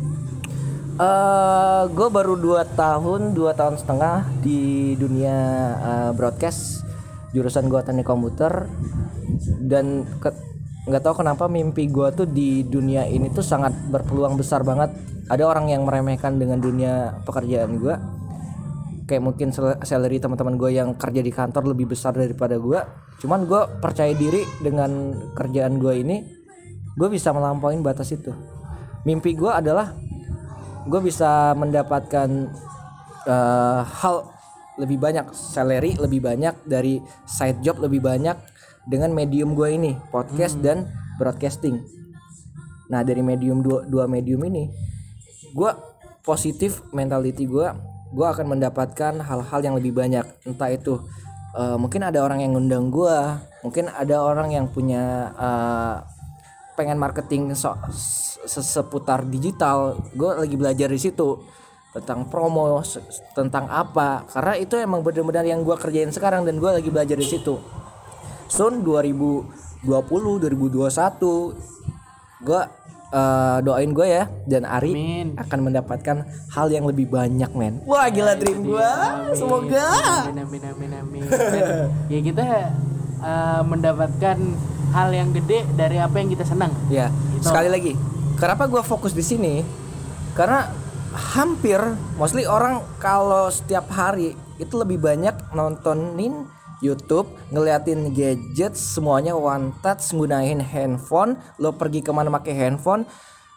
Eh, gue baru dua tahun, dua tahun setengah di dunia eh, broadcast. Jurusan gue teknik komputer dan ke- nggak tahu kenapa mimpi gue tuh di dunia ini tuh sangat berpeluang besar banget. Ada orang yang meremehkan dengan dunia pekerjaan gue. Kayak mungkin sal- salary teman-teman gue yang kerja di kantor lebih besar daripada gue. Cuman gue percaya diri dengan kerjaan gue ini, gue bisa melampaui batas itu. Mimpi gue adalah gue bisa mendapatkan uh, hal lebih banyak, salary lebih banyak dari side job lebih banyak dengan medium gue ini, podcast hmm. dan broadcasting. Nah dari medium dua, dua medium ini, gue positif mentality gue, gue akan mendapatkan hal-hal yang lebih banyak. Entah itu uh, mungkin ada orang yang ngundang gue, mungkin ada orang yang punya uh, pengen marketing so, seputar digital. Gue lagi belajar di situ tentang promo, tentang apa. Karena itu emang benar-benar yang gue kerjain sekarang dan gue lagi belajar di situ. Soon dua ribu dua puluh, dua ribu dua puluh satu gue uh, doain gue ya dan Ari Amin. akan mendapatkan hal yang lebih banyak men. Wah gila dream gue. Semoga. Amin amin amin amin. Dan, ya kita uh, mendapatkan hal yang gede dari apa yang kita senang. Ya, Gitu. sekali lagi. Kenapa gue fokus di sini? Karena hampir mostly orang kalau setiap hari itu lebih banyak nontonin YouTube, ngeliatin gadget, semuanya one touch, nggunain handphone. Lo pergi kemana pakai handphone,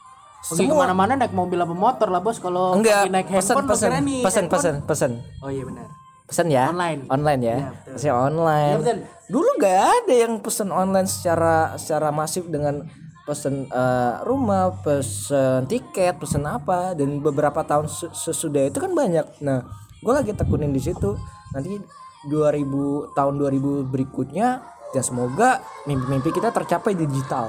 Pergi Semua. kemana-mana naik mobil apa motor lah bos. Kalau Enggak, pergi naik pesan handphone, lo pesan kira nih pesan handphone- pesan pesan Oh iya benar. pesan ya. Online. Online ya. Iya, betul. Pesan online. Iya, betul. Dulu nggak ada yang pesan online secara secara masif dengan pesan eh, rumah, pesan tiket, pesan apa, dan beberapa tahun se- sesudah itu kan banyak. Nah, gue lagi tekunin di situ. Nanti dua ribu tahun dua ribu berikutnya ya semoga mimpi-mimpi kita tercapai digital.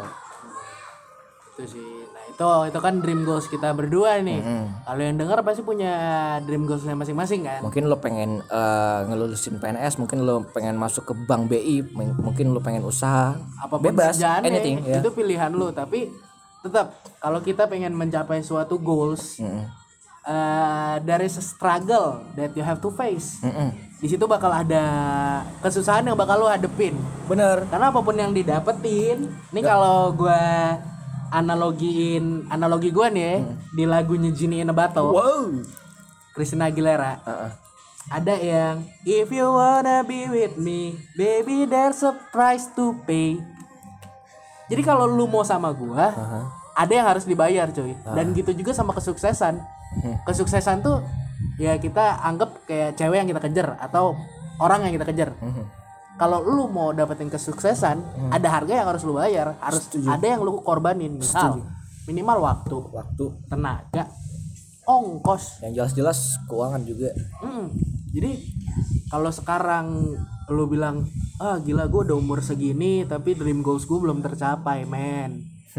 Itu sih. Nah itu itu kan dream goals kita berdua nih. Kalau yang dengar pasti punya dream goalsnya masing-masing kan. Mungkin lo pengen eh, ngelulusin P N S, mungkin lo pengen masuk ke bank B I, m- mungkin lo pengen usaha, Apapun bebas, kerjaannya, anything ya. itu pilihan lu. Tapi tetap kalau kita pengen mencapai suatu goals, Mm-mm. uh, there is a struggle that you have to face. Mm-mm. Di situ bakal ada kesusahan yang bakal lu hadepin. Bener. Karena apapun yang didapetin, ini kalau gua analogiin analogi gua nih ya, di lagunya Genie in a Bottle, Wow. Christina Aguilera. Uh-uh. Ada yang if you wanna be with me, baby there's a price to pay. Jadi kalau lu mau sama gua, ada yang harus dibayar, coy. Dan gitu juga sama kesuksesan. Kesuksesan tuh ya kita anggap kayak cewek yang kita kejar atau orang yang kita kejar. Kalau lu mau dapetin kesuksesan, ada harga yang harus lu bayar, harus ada yang lu korbanin. Misal, minimal waktu, Waktu tenaga, ongkos. yang jelas-jelas keuangan juga. Hmm, jadi kalau sekarang lu bilang, ah gila gue udah umur segini tapi dream goals gue belum tercapai, men.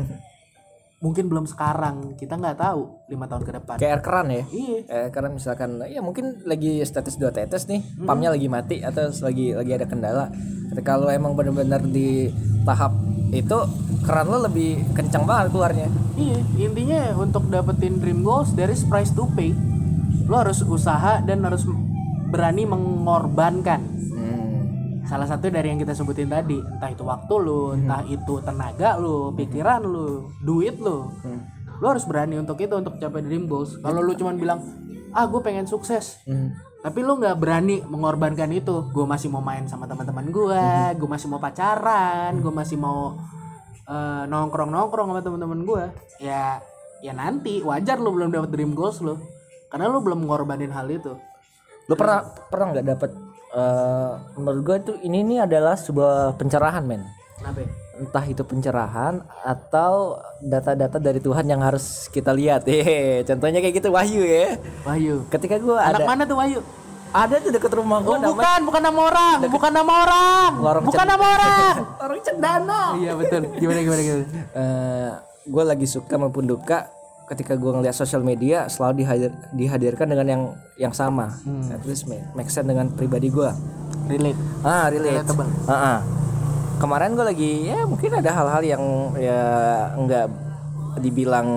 Mungkin belum sekarang, kita nggak tahu lima tahun ke depan. Kayak air keran ya. Iya. Eh, karena misalkan ya mungkin lagi status dua tetes nih, pumpnya lagi mati atau lagi lagi ada kendala. Ketika lo emang benar-benar di tahap itu, keran lo lebih kencang banget keluarnya. Iya, intinya untuk dapetin dream goals there is price to pay. Lo harus usaha dan harus berani mengorbankan. Salah satu dari yang kita sebutin tadi, entah itu waktu lu, entah itu tenaga lu, pikiran lu, duit lu. Lu harus berani untuk itu, untuk capai dream goals. Kalau lu cuman bilang, ah gue pengen sukses, tapi lu nggak berani mengorbankan itu, gue masih mau main sama teman-teman gue, gue masih mau pacaran, gue masih mau eh, nongkrong-nongkrong sama teman-teman gue, ya ya nanti wajar lu belum dapat dream goals lu, karena lu belum mengorbanin hal itu. Lo pernah pernah nggak dapet? eh, menurut gue tuh ini nih adalah sebuah pencerahan, men. Kenapa? Ya? Entah itu pencerahan atau data-data dari Tuhan yang harus kita lihat. Hehe, contohnya kayak gitu Wahyu ya. Wahyu. Ketika gue Anak ada mana tuh Wahyu? ada tuh deket rumah gue Oh, bukan, bukan nama orang, bukan nama orang, Lorong bukan Cendana. nama orang. orang cendana. Iya betul. Gimana gimana gimana. Eh, gue lagi suka maupun duka ketika gue ngeliat sosial media selalu dihadir, dihadirkan dengan yang yang sama. Hmm. At least make, make sense dengan pribadi gue. Relate. Ah, relate. Relatable. Ah, ah. Kemarin gue lagi ya mungkin ada hal-hal yang ya nggak dibilang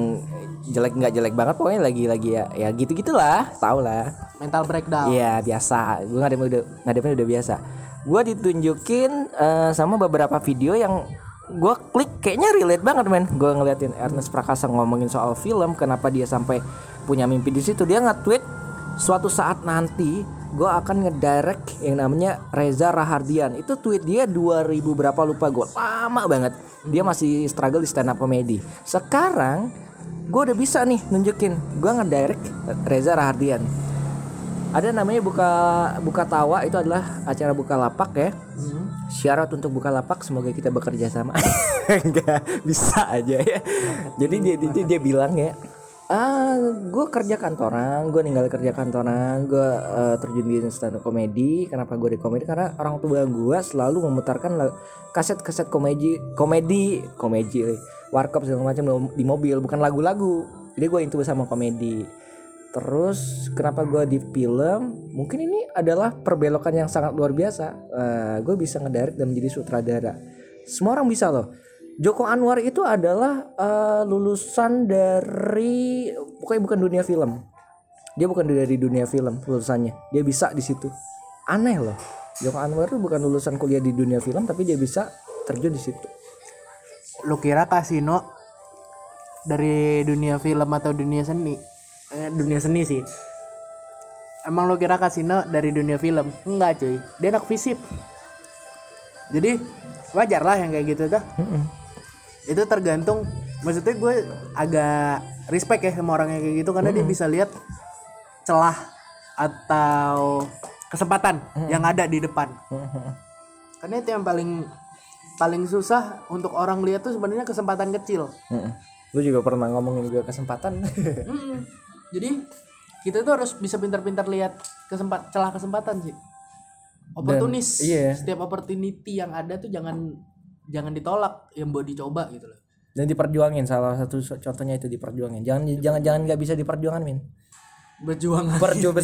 jelek nggak jelek banget, pokoknya lagi lagi ya ya gitu gitulah, tau lah. Mental breakdown. Iya biasa, gue ngadepin udah ngadepin udah biasa. Gue ditunjukin eh, sama beberapa video yang gue klik kayaknya relate banget, men. Gue ngeliatin Ernest Prakasa ngomongin soal film, kenapa dia sampai punya mimpi di situ. Dia nge-tweet suatu saat nanti gue akan ngedirect yang namanya Reza Rahardian. Itu tweet dia dua ribu berapa lupa gue, lama banget. Dia masih struggle di stand up comedy. Sekarang gue udah bisa nih nunjukin gue ngedirect Reza Rahardian. Ada namanya buka buka tawa, itu adalah acara Bukalapak ya. Hmm. Syarat untuk Bukalapak semoga kita bekerja sama. Enggak bisa aja ya. Jadi dia dia, dia bilang ya, ah gue kerja kantoran, gue ninggal kerja kantoran, gue uh, terjun di stand up komedi. Kenapa gue di komedi? Karena orang tua gue selalu memutarkan kaset-kaset komedi, komedi, komedi, warkop segala macam di mobil, bukan lagu-lagu. Jadi gue into sama komedi. Terus kenapa gue di film? Mungkin ini adalah perbelokan yang sangat luar biasa. Uh, gue bisa ngedirect dan menjadi sutradara. Semua orang bisa loh. Joko Anwar itu adalah uh, lulusan dari, pokoknya bukan dunia film. Dia bukan dari dunia film lulusannya. Dia bisa di situ. Aneh loh. Joko Anwar itu bukan lulusan kuliah di dunia film, tapi dia bisa terjun di situ. Lu kira Kasino dari dunia film atau dunia seni? Eh, dunia seni sih. Emang lu kira Kasino dari dunia film? Enggak cuy. Dia anak fisip. Jadi wajar lah yang kayak gitu tuh. Mm-mm. Itu tergantung maksudnya gue agak respect ya sama orang yang kayak gitu karena hmm. dia bisa lihat celah atau kesempatan hmm. yang ada di depan. Hmm. Karena itu yang paling paling susah untuk orang lihat tuh sebenarnya kesempatan kecil. Hmm. Lu juga pernah ngomongin juga kesempatan. hmm. Jadi kita tuh harus bisa pintar-pintar lihat kesempat celah kesempatan sih. Oportunis. Dan, iya. Setiap opportunity yang ada tuh jangan jangan ditolak, yang buat dicoba gitu loh. Dan diperjuangin, salah satu contohnya itu diperjuangin. Jangan jangan jangan nggak bisa diperjuangin, Min. Berjuang. Perjuang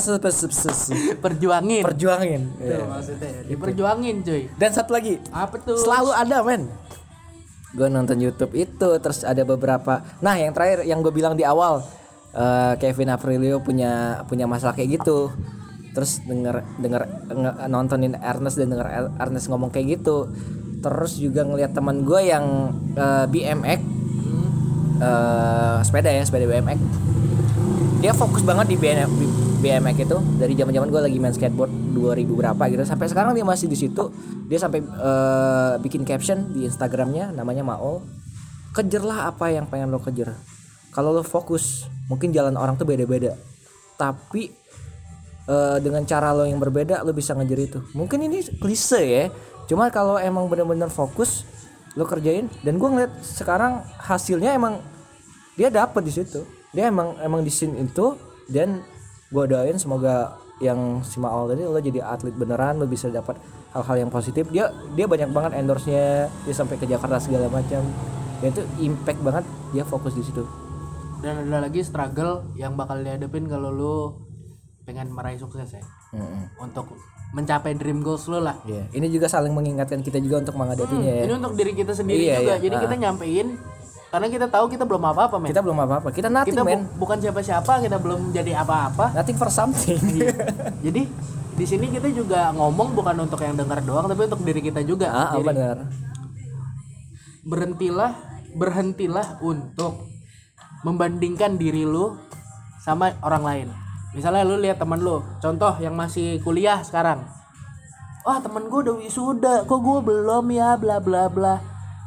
Perjuangin. Perjuangin. Itu yeah. maksudnya. Diperjuangin, cuy. Dan satu lagi. Apa tuh? Selalu ada, men. Gue nonton YouTube itu, terus ada beberapa. Nah, yang terakhir yang gue bilang di awal, uh, Kevin Aprilio punya punya masalah kayak gitu. Terus denger denger nge- nontonin Ernest dan denger Ernest ngomong kayak gitu. Terus juga ngelihat teman gue yang uh, B M X, hmm. uh, sepeda ya, sepeda B M X. Dia fokus banget di B M X itu dari zaman-zaman gue lagi main skateboard dua ribu berapa gitu sampai sekarang dia masih di situ. Dia sampai uh, bikin caption di Instagramnya namanya Mao, kejarlah apa yang pengen lo kejar. Kalau lo fokus, mungkin jalan orang tuh beda-beda, tapi uh, dengan cara lo yang berbeda lo bisa ngejar itu. Mungkin ini klise ya, cuma kalau emang benar-benar fokus lo kerjain, dan gue ngeliat sekarang hasilnya emang dia dapet di situ. Dia emang emang di scene itu, dan gue doain semoga yang si Maol tadi lo jadi atlet beneran, lo bisa dapat hal-hal yang positif. Dia dia banyak banget endorse-nya, dia sampai ke Jakarta segala macam. Dan itu impact banget, dia fokus di situ. Dan ada lagi struggle yang bakal dihadapin kalau lo pengen meraih sukses ya. Mm-hmm. Untuk mencapai dream goals lo lah. Yeah. Ini juga saling mengingatkan kita juga untuk menghadapinya. Hmm, ya. Ini untuk diri kita sendiri iya, juga. Iya. Jadi uh. kita nyampein karena kita tahu kita belum apa-apa, men. Kita belum apa-apa. Kita nothing, kita bu- men. bukan siapa-siapa, kita belum jadi apa-apa. Nothing for something. Jadi di sini kita juga ngomong bukan untuk yang dengar doang, tapi untuk diri kita juga. Ah, jadi, benar. Berhentilah, berhentilah untuk membandingkan diri lu sama orang lain. Misalnya lu lihat teman lu, contoh yang masih kuliah sekarang. Wah, temen gue udah wisuda, kok gue belum ya, bla bla bla.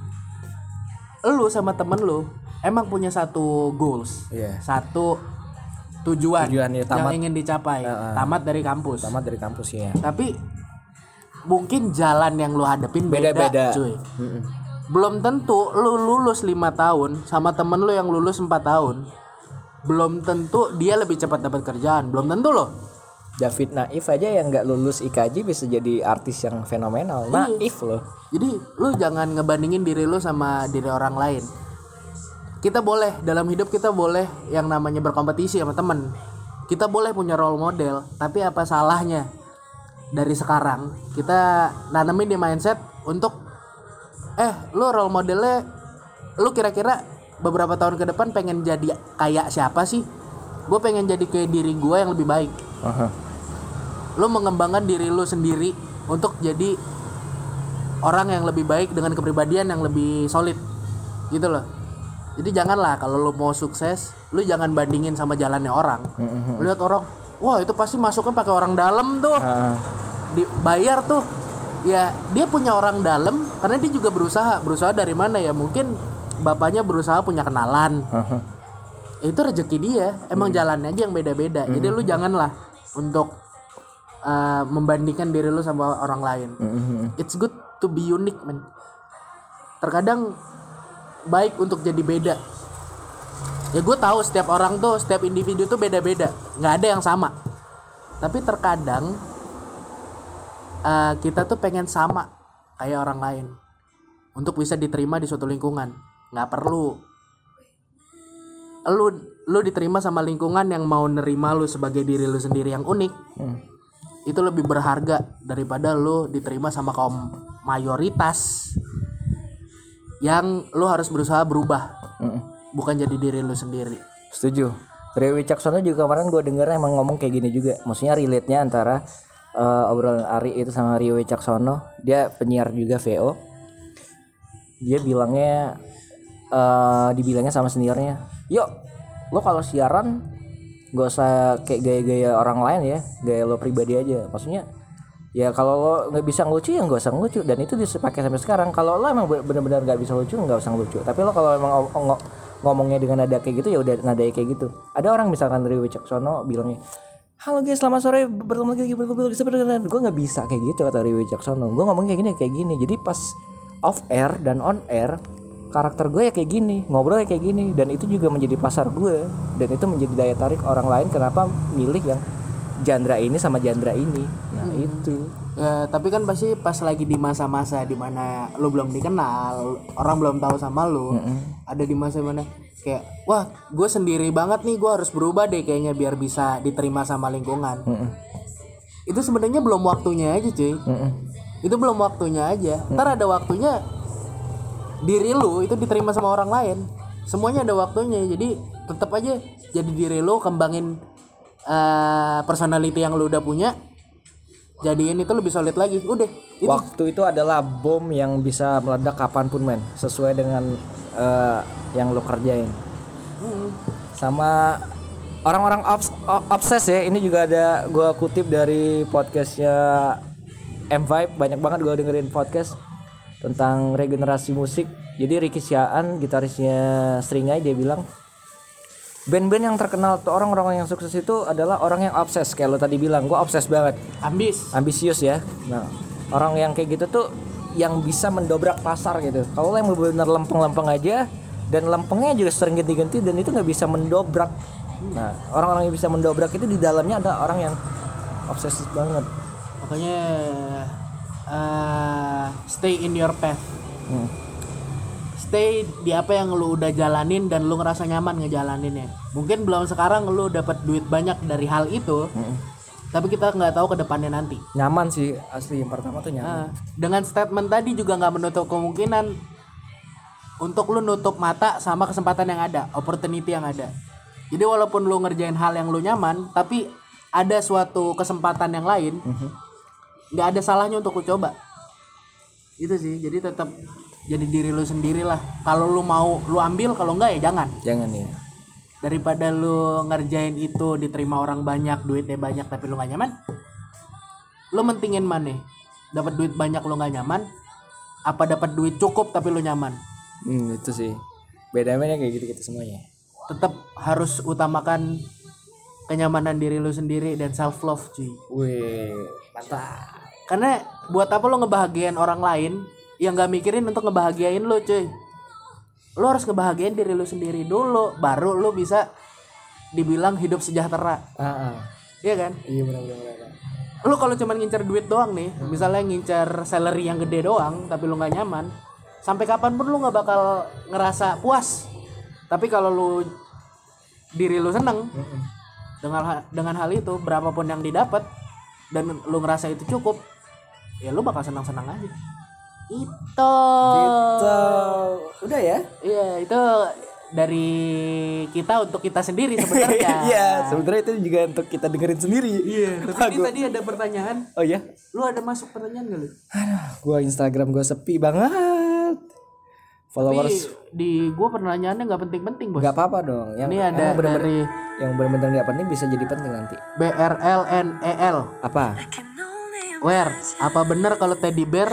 Lu sama temen lu emang punya satu goals, yeah. satu tujuan, tujuan ya, tamat, yang ingin dicapai, uh, uh, tamat dari kampus. Tamat dari kampus ya. Tapi mungkin jalan yang lu hadepin beda, beda cuy. Mm-mm. Belum tentu lu lulus lima tahun sama temen lu yang lulus empat tahun. Belum tentu dia lebih cepat dapat kerjaan, belum tentu loh. David Naif aja yang nggak lulus I K J bisa jadi artis yang fenomenal. Naif loh. Jadi lu jangan ngebandingin diri lu sama diri orang lain. Kita boleh dalam hidup, kita boleh yang namanya berkompetisi sama temen. Kita boleh punya role model, tapi apa salahnya dari sekarang kita nanamin di mindset untuk eh lu role modelnya, lu kira-kira beberapa tahun ke depan pengen jadi kayak siapa sih? Gue pengen jadi kayak diri gue yang lebih baik. Uh-huh. Lu mengembangkan diri lu sendiri untuk jadi orang yang lebih baik dengan kepribadian yang lebih solid, gitu loh. Jadi janganlah kalau lu mau sukses, lu jangan bandingin sama jalannya orang. Uh-huh. Lihat orang, wah itu pasti masuknya pakai orang dalam tuh, uh-huh. dibayar tuh. Ya dia punya orang dalam karena dia juga berusaha. Berusaha dari mana ya? Mungkin bapaknya berusaha punya kenalan. Uh-huh. Itu rezeki dia. Emang uh-huh. jalannya aja yang beda-beda. Uh-huh. Jadi lu janganlah untuk uh, membandingkan diri lu sama orang lain. Uh-huh. It's good to be unique, man. Terkadang baik untuk jadi beda. Ya gue tahu setiap orang tuh, setiap individu tuh beda-beda. Nggak ada yang sama. Tapi terkadang Uh, kita tuh pengen sama kayak orang lain untuk bisa diterima di suatu lingkungan. Nggak perlu lu lu diterima sama lingkungan yang mau nerima lu sebagai diri lu sendiri yang unik. hmm. Itu lebih berharga daripada lu diterima sama kaum mayoritas yang lu harus berusaha berubah. hmm. Bukan jadi diri lu sendiri. Setuju. Rio Wicaksono juga kemarin gue denger emang ngomong kayak gini juga. Maksudnya relate-nya antara Uh, obrolan Ari itu sama Rio Wicaksono. Dia penyiar juga V O. Dia bilangnya uh, dibilangnya sama seniornya, yuk lo kalau siaran gak usah kayak gaya-gaya orang lain ya, gaya lo pribadi aja. Maksudnya Ya kalau lo nggak bisa ngelucu ya nggak usah ngelucu, dan itu dipakai sampai sekarang. Kalau lo emang benar-benar nggak bisa lucu nggak usah ngelucu. Tapi lo kalau emang ng- ng- ngomongnya dengan nada kayak gitu ya udah nada kayak gitu. Ada orang misalkan dari Wicaksono bilangnya, halo guys selamat sore bertemu lagi bertemu lagi sebenarnya. Gue nggak bisa kayak gitu kata Rio Wicaksono. Gue ngomong kayak gini kayak gini. Jadi pas off air dan on air karakter gue ya kayak gini, ngobrol ya kayak gini, dan itu juga menjadi pasar gue, dan itu menjadi daya tarik orang lain kenapa milih yang genre ini sama genre ini. Nah hmm. itu ya, tapi kan pasti pas lagi di masa-masa dimana lu belum dikenal, orang belum tahu sama lu, mm-hmm. ada di masa mana kayak wah gue sendiri banget nih, gue harus berubah deh kayaknya biar bisa diterima sama lingkungan. Mm-hmm. Itu sebenarnya belum waktunya aja cuy. Mm-hmm. Itu belum waktunya aja. Mm-hmm. Ntar ada waktunya diri lu itu diterima sama orang lain. Semuanya ada waktunya. Jadi tetap aja jadi diri lu, kembangin uh, personality yang lu udah punya. Jadiin itu lebih solid lagi. Udah itu. Waktu itu adalah bom yang bisa meledak kapanpun men, sesuai dengan uh, yang lu kerjain. Hmm. Sama orang-orang obs- obses ya. Ini juga ada gua kutip dari podcastnya M Vibe. Banyak banget gua dengerin podcast tentang regenerasi musik. Jadi Ricky Siaan, gitarisnya Seringai, dia bilang band-band yang terkenal atau orang-orang yang sukses itu adalah orang yang obses. Kayak lo tadi bilang, gue obses banget, ambis ambisius ya. Nah orang yang kayak gitu tuh yang bisa mendobrak pasar gitu. Kalau yang benar-benar lempeng-lempeng aja, dan lempengnya juga sering ganti-ganti, dan itu nggak bisa mendobrak. Nah orang-orang yang bisa mendobrak itu di dalamnya ada orang yang obsesif banget. Makanya uh, stay in your path. Hmm. Stay di apa yang lu udah jalanin dan lu ngerasa nyaman ngejalaninnya. Mungkin belum sekarang lu dapat duit banyak dari hal itu, hmm. tapi kita nggak tahu ke depannya nanti. Nyaman sih asli, yang pertama tuh nyaman. Nah, dengan statement tadi juga nggak menutup kemungkinan untuk lu nutup mata sama kesempatan yang ada, opportunity yang ada. Jadi walaupun lu ngerjain hal yang lu nyaman, tapi ada suatu kesempatan yang lain, nggak hmm. ada salahnya untuk lu coba. Itu sih. Jadi tetap jadi diri lu sendiri lah. Kalau lu mau lu ambil, kalau enggak ya jangan. Jangan ya. Daripada lu ngerjain itu diterima orang banyak, duitnya banyak tapi lu nggak nyaman, lu mentingin mana? Dapat duit banyak lu nggak nyaman, apa dapat duit cukup tapi lu nyaman? Hmm, itu sih. Beda-beda kayak gitu kita semuanya. Tetap harus utamakan kenyamanan diri lu sendiri dan self love cuy. Wih, mantap. Karena buat apa lu ngebahagiain orang lain yang gak mikirin untuk ngebahagiain lu cuy. Lu harus ngebahagiain diri lu sendiri dulu, baru lu bisa dibilang hidup sejahtera. Uh-uh. Iya kan? Iya benar-benar. Lu kalau cuma ngincer duit doang nih, hmm. misalnya ngincer salary yang gede doang tapi lu gak nyaman, sampai kapan pun lu gak bakal ngerasa puas. Tapi kalau lu diri lu seneng hmm. dengan dengan hal itu, berapapun yang didapat dan lu ngerasa itu cukup, ya lu bakal senang-senang aja. Itu gitu. Udah ya? Iya, itu dari kita untuk kita sendiri sebenarnya. Iya, sebenarnya itu juga untuk kita dengerin sendiri. Iya, tapi ini tadi ada pertanyaan. Oh iya? Lu ada masuk pertanyaan enggak lu? Aduh, gua Instagram gua sepi banget. Followers tapi di gua pertanyaannya enggak penting-penting, Bos. Enggak apa-apa dong. Yang ini ada dari yang benar-benar enggak penting bisa jadi penting nanti. B R L N E L. Apa? Where? Apa benar kalau teddy bear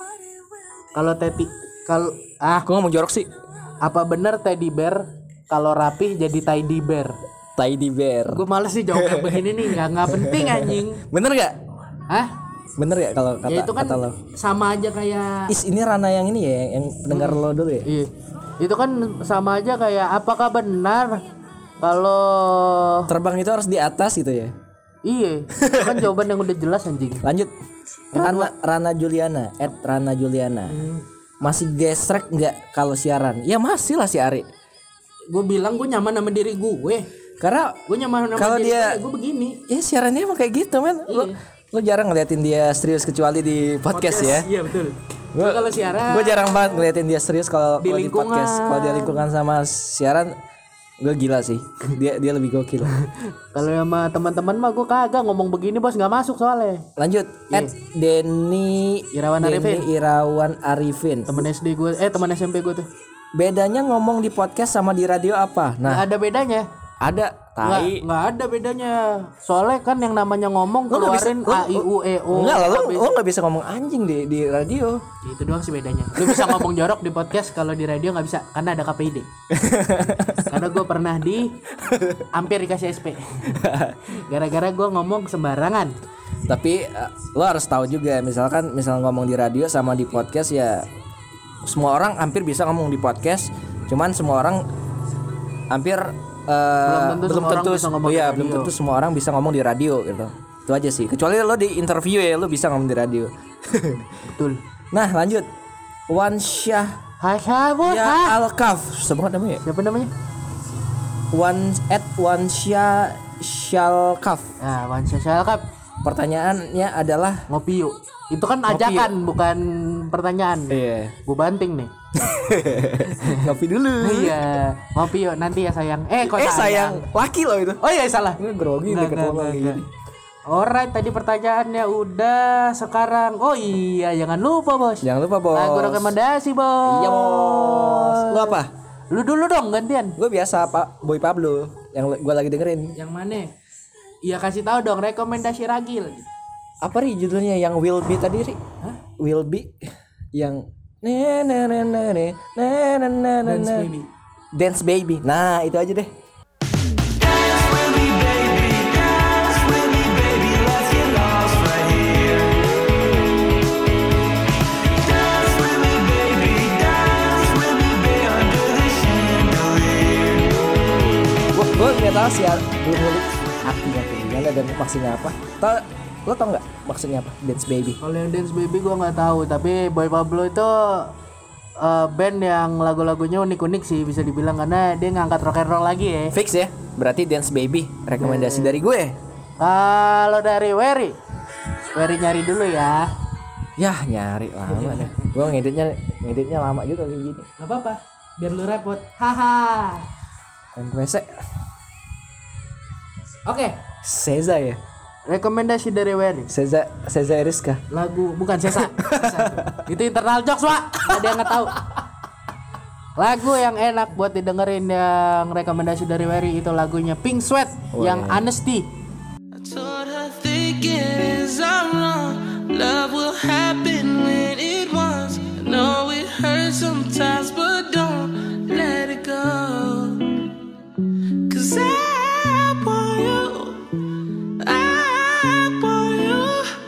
Kalau teddy kalau ah, gua ngomong jorok sih. Apa benar teddy bear kalau rapih jadi tidy bear? Tidy bear. Gue males sih jawab begini nih, nggak nggak penting anjing. Bener nggak? Hah? Bener ya kalau kata, ya itu kan kata lo? Sama aja kayak. Is ini Rana yang ini ya, yang pendengar hmm. lo dulu ya. Iya. Itu kan sama aja kayak apakah benar kalau terbang itu harus di atas gitu ya? Iya. Itu kan jawaban yang udah jelas anjing. Lanjut. Rana, Rana Juliana, at Rana Juliana. Hmm. Masih gesrek nggak kalau siaran? Ya masih lah si Ari. Gue bilang gue nyaman sama diri gue. Karena gue nyaman sama kalau diri dia, gue begini. Ya siarannya emang kayak gitu men. Iya. Lo, lo jarang ngeliatin dia serius kecuali di podcast, podcast ya. Iya betul. Gue kalau siaran. Gue jarang banget ngeliatin dia serius kalau di, di podcast. Kalau dia lingkungan sama siaran, gue gila sih. Dia dia lebih gokil. Kalau sama teman-teman mah gue kagak ngomong begini bos, nggak masuk soalnya. Lanjut. Yeah. At Denny Irawan Denny Arifin. Irawan Arifin. Temen S D gue, eh temen S M P gue tuh. Bedanya ngomong di podcast sama di radio apa? Nah, nah ada bedanya. Ada Nggak, tai. nggak ada bedanya. Soalnya kan yang namanya ngomong Lu nggak bisa- keluarin lu- A I U E O. Enggak lah, lu, Habis- lu gak bisa ngomong anjing di di radio. Itu doang sih bedanya. Lu bisa ngomong jorok di podcast, kalau di radio nggak bisa karena ada K P I D. Karena gue pernah di hampir dikasih S P. Gara-gara gue ngomong sembarangan. Tapi uh, lo harus tahu juga, misalkan misal ngomong di radio sama di podcast ya, semua orang hampir bisa ngomong di podcast, cuman semua orang hampir uh, Belum tentu semua orang bisa ngomong di iya, radio. belum tentu semua orang bisa ngomong di radio gitu. Itu aja sih. Kecuali lo di interview ya, lo bisa ngomong di radio. Betul. Nah, lanjut. Wan Syah Hai sabut. ya Al-Kaf, sebut namanya. Siapa namanya? Wan at Wan Syah Syalkaf. Nah, Wan Syah Cup. Pertanyaannya adalah Ngopi yuk. Itu kan Ngopi ajakan, bukan pertanyaan. iya. Gue banting nih. Ngopi dulu. Iya, ngopi yuk nanti ya sayang. Eh kok Eh sayang, laki lo itu. Oh iya salah. Ini grogi Nggak, deket nggak, lo nggak, lagi. nggak. Alright, tadi pertanyaannya udah. Sekarang, oh iya jangan lupa bos. Jangan lupa bos. Lagu rekomendasi bos. Iya bos. Lo apa? Lu dulu dong gantian. Gue biasa Pak Boy Pablo yang gue lagi dengerin. Yang mana? Iya kasih tahu dong rekomendasi Ragil. Apa ri judulnya yang Will Be tadi ri? Hah? Will Be yang ne ne ne ne ne ne ne ne ne Dance ne. Baby. Dance Baby. Nah, itu aja deh. Gue nggak tahu sih ya, belum ngulik artinya kayak gimana dan maksudnya apa. Tau, lo tau nggak maksudnya apa Dance Baby? Kalau yang Dance Baby gua nggak tahu, tapi Boy Pablo itu eh, band yang lagu-lagunya unik-unik sih bisa dibilang, karena dia ngangkat rock and roll lagi ya. Fix ya, berarti Dance Baby rekomendasi dari gue. Kalau dari Wery, Wery nyari dulu ya. Yah nyari lama deh. Gue ngeditnya ngeditnya lama juga kayak gini. Gak apa-apa, biar lu repot. Haha. M P C Oke, Seza ya. rekomendasi dari Wery. Seza Seza Rizka. Lagu bukan Sesa. Sesa itu. Itu internal jokes, Pak. Gak ada yang nggak tahu. Lagu yang enak buat didengerin yang rekomendasi dari Wery itu lagunya Pink Sweat yang Honesty. I told her thinking is I'm wrong. Love will happen when it wants. I know it hurts sometimes, but don't let it go. Cause I want you. I want you.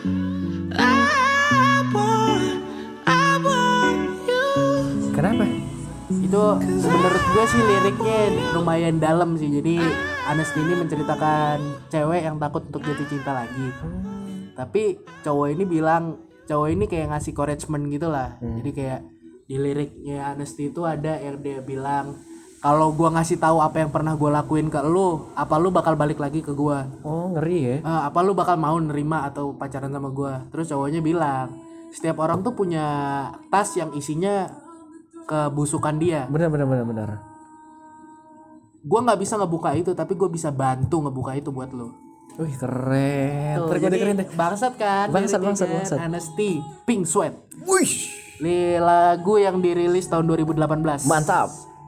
I want, I want you. Kenapa? Itu menurut gue sih liriknya lumayan dalam sih. Jadi Honesty ini menceritakan cewek yang takut untuk jatuh cinta lagi. Tapi cowok ini bilang, cowok ini kayak ngasih encouragement gitu lah. Hmm. Jadi kayak di liriknya Honesty itu ada yang dia bilang, kalau gua ngasih tahu apa yang pernah gua lakuin ke lu, apa lu bakal balik lagi ke gua? Oh ngeri ya. Eh, apa lu bakal mau nerima atau pacaran sama gua? Terus cowoknya bilang, setiap orang tuh punya tas yang isinya kebusukan dia. Benar benar benar benar. Gua nggak bisa ngebuka itu, tapi gua bisa bantu ngebuka itu buat lu. Wih keren. Tuh, Ntar gue jadi dengerin deh. bangsat kan? Bangsat, liriknya bangsat, kan? bangsat. Honesty, Pink Sweat. Wih Li lagu yang dirilis tahun dua ribu delapan belas. mantap.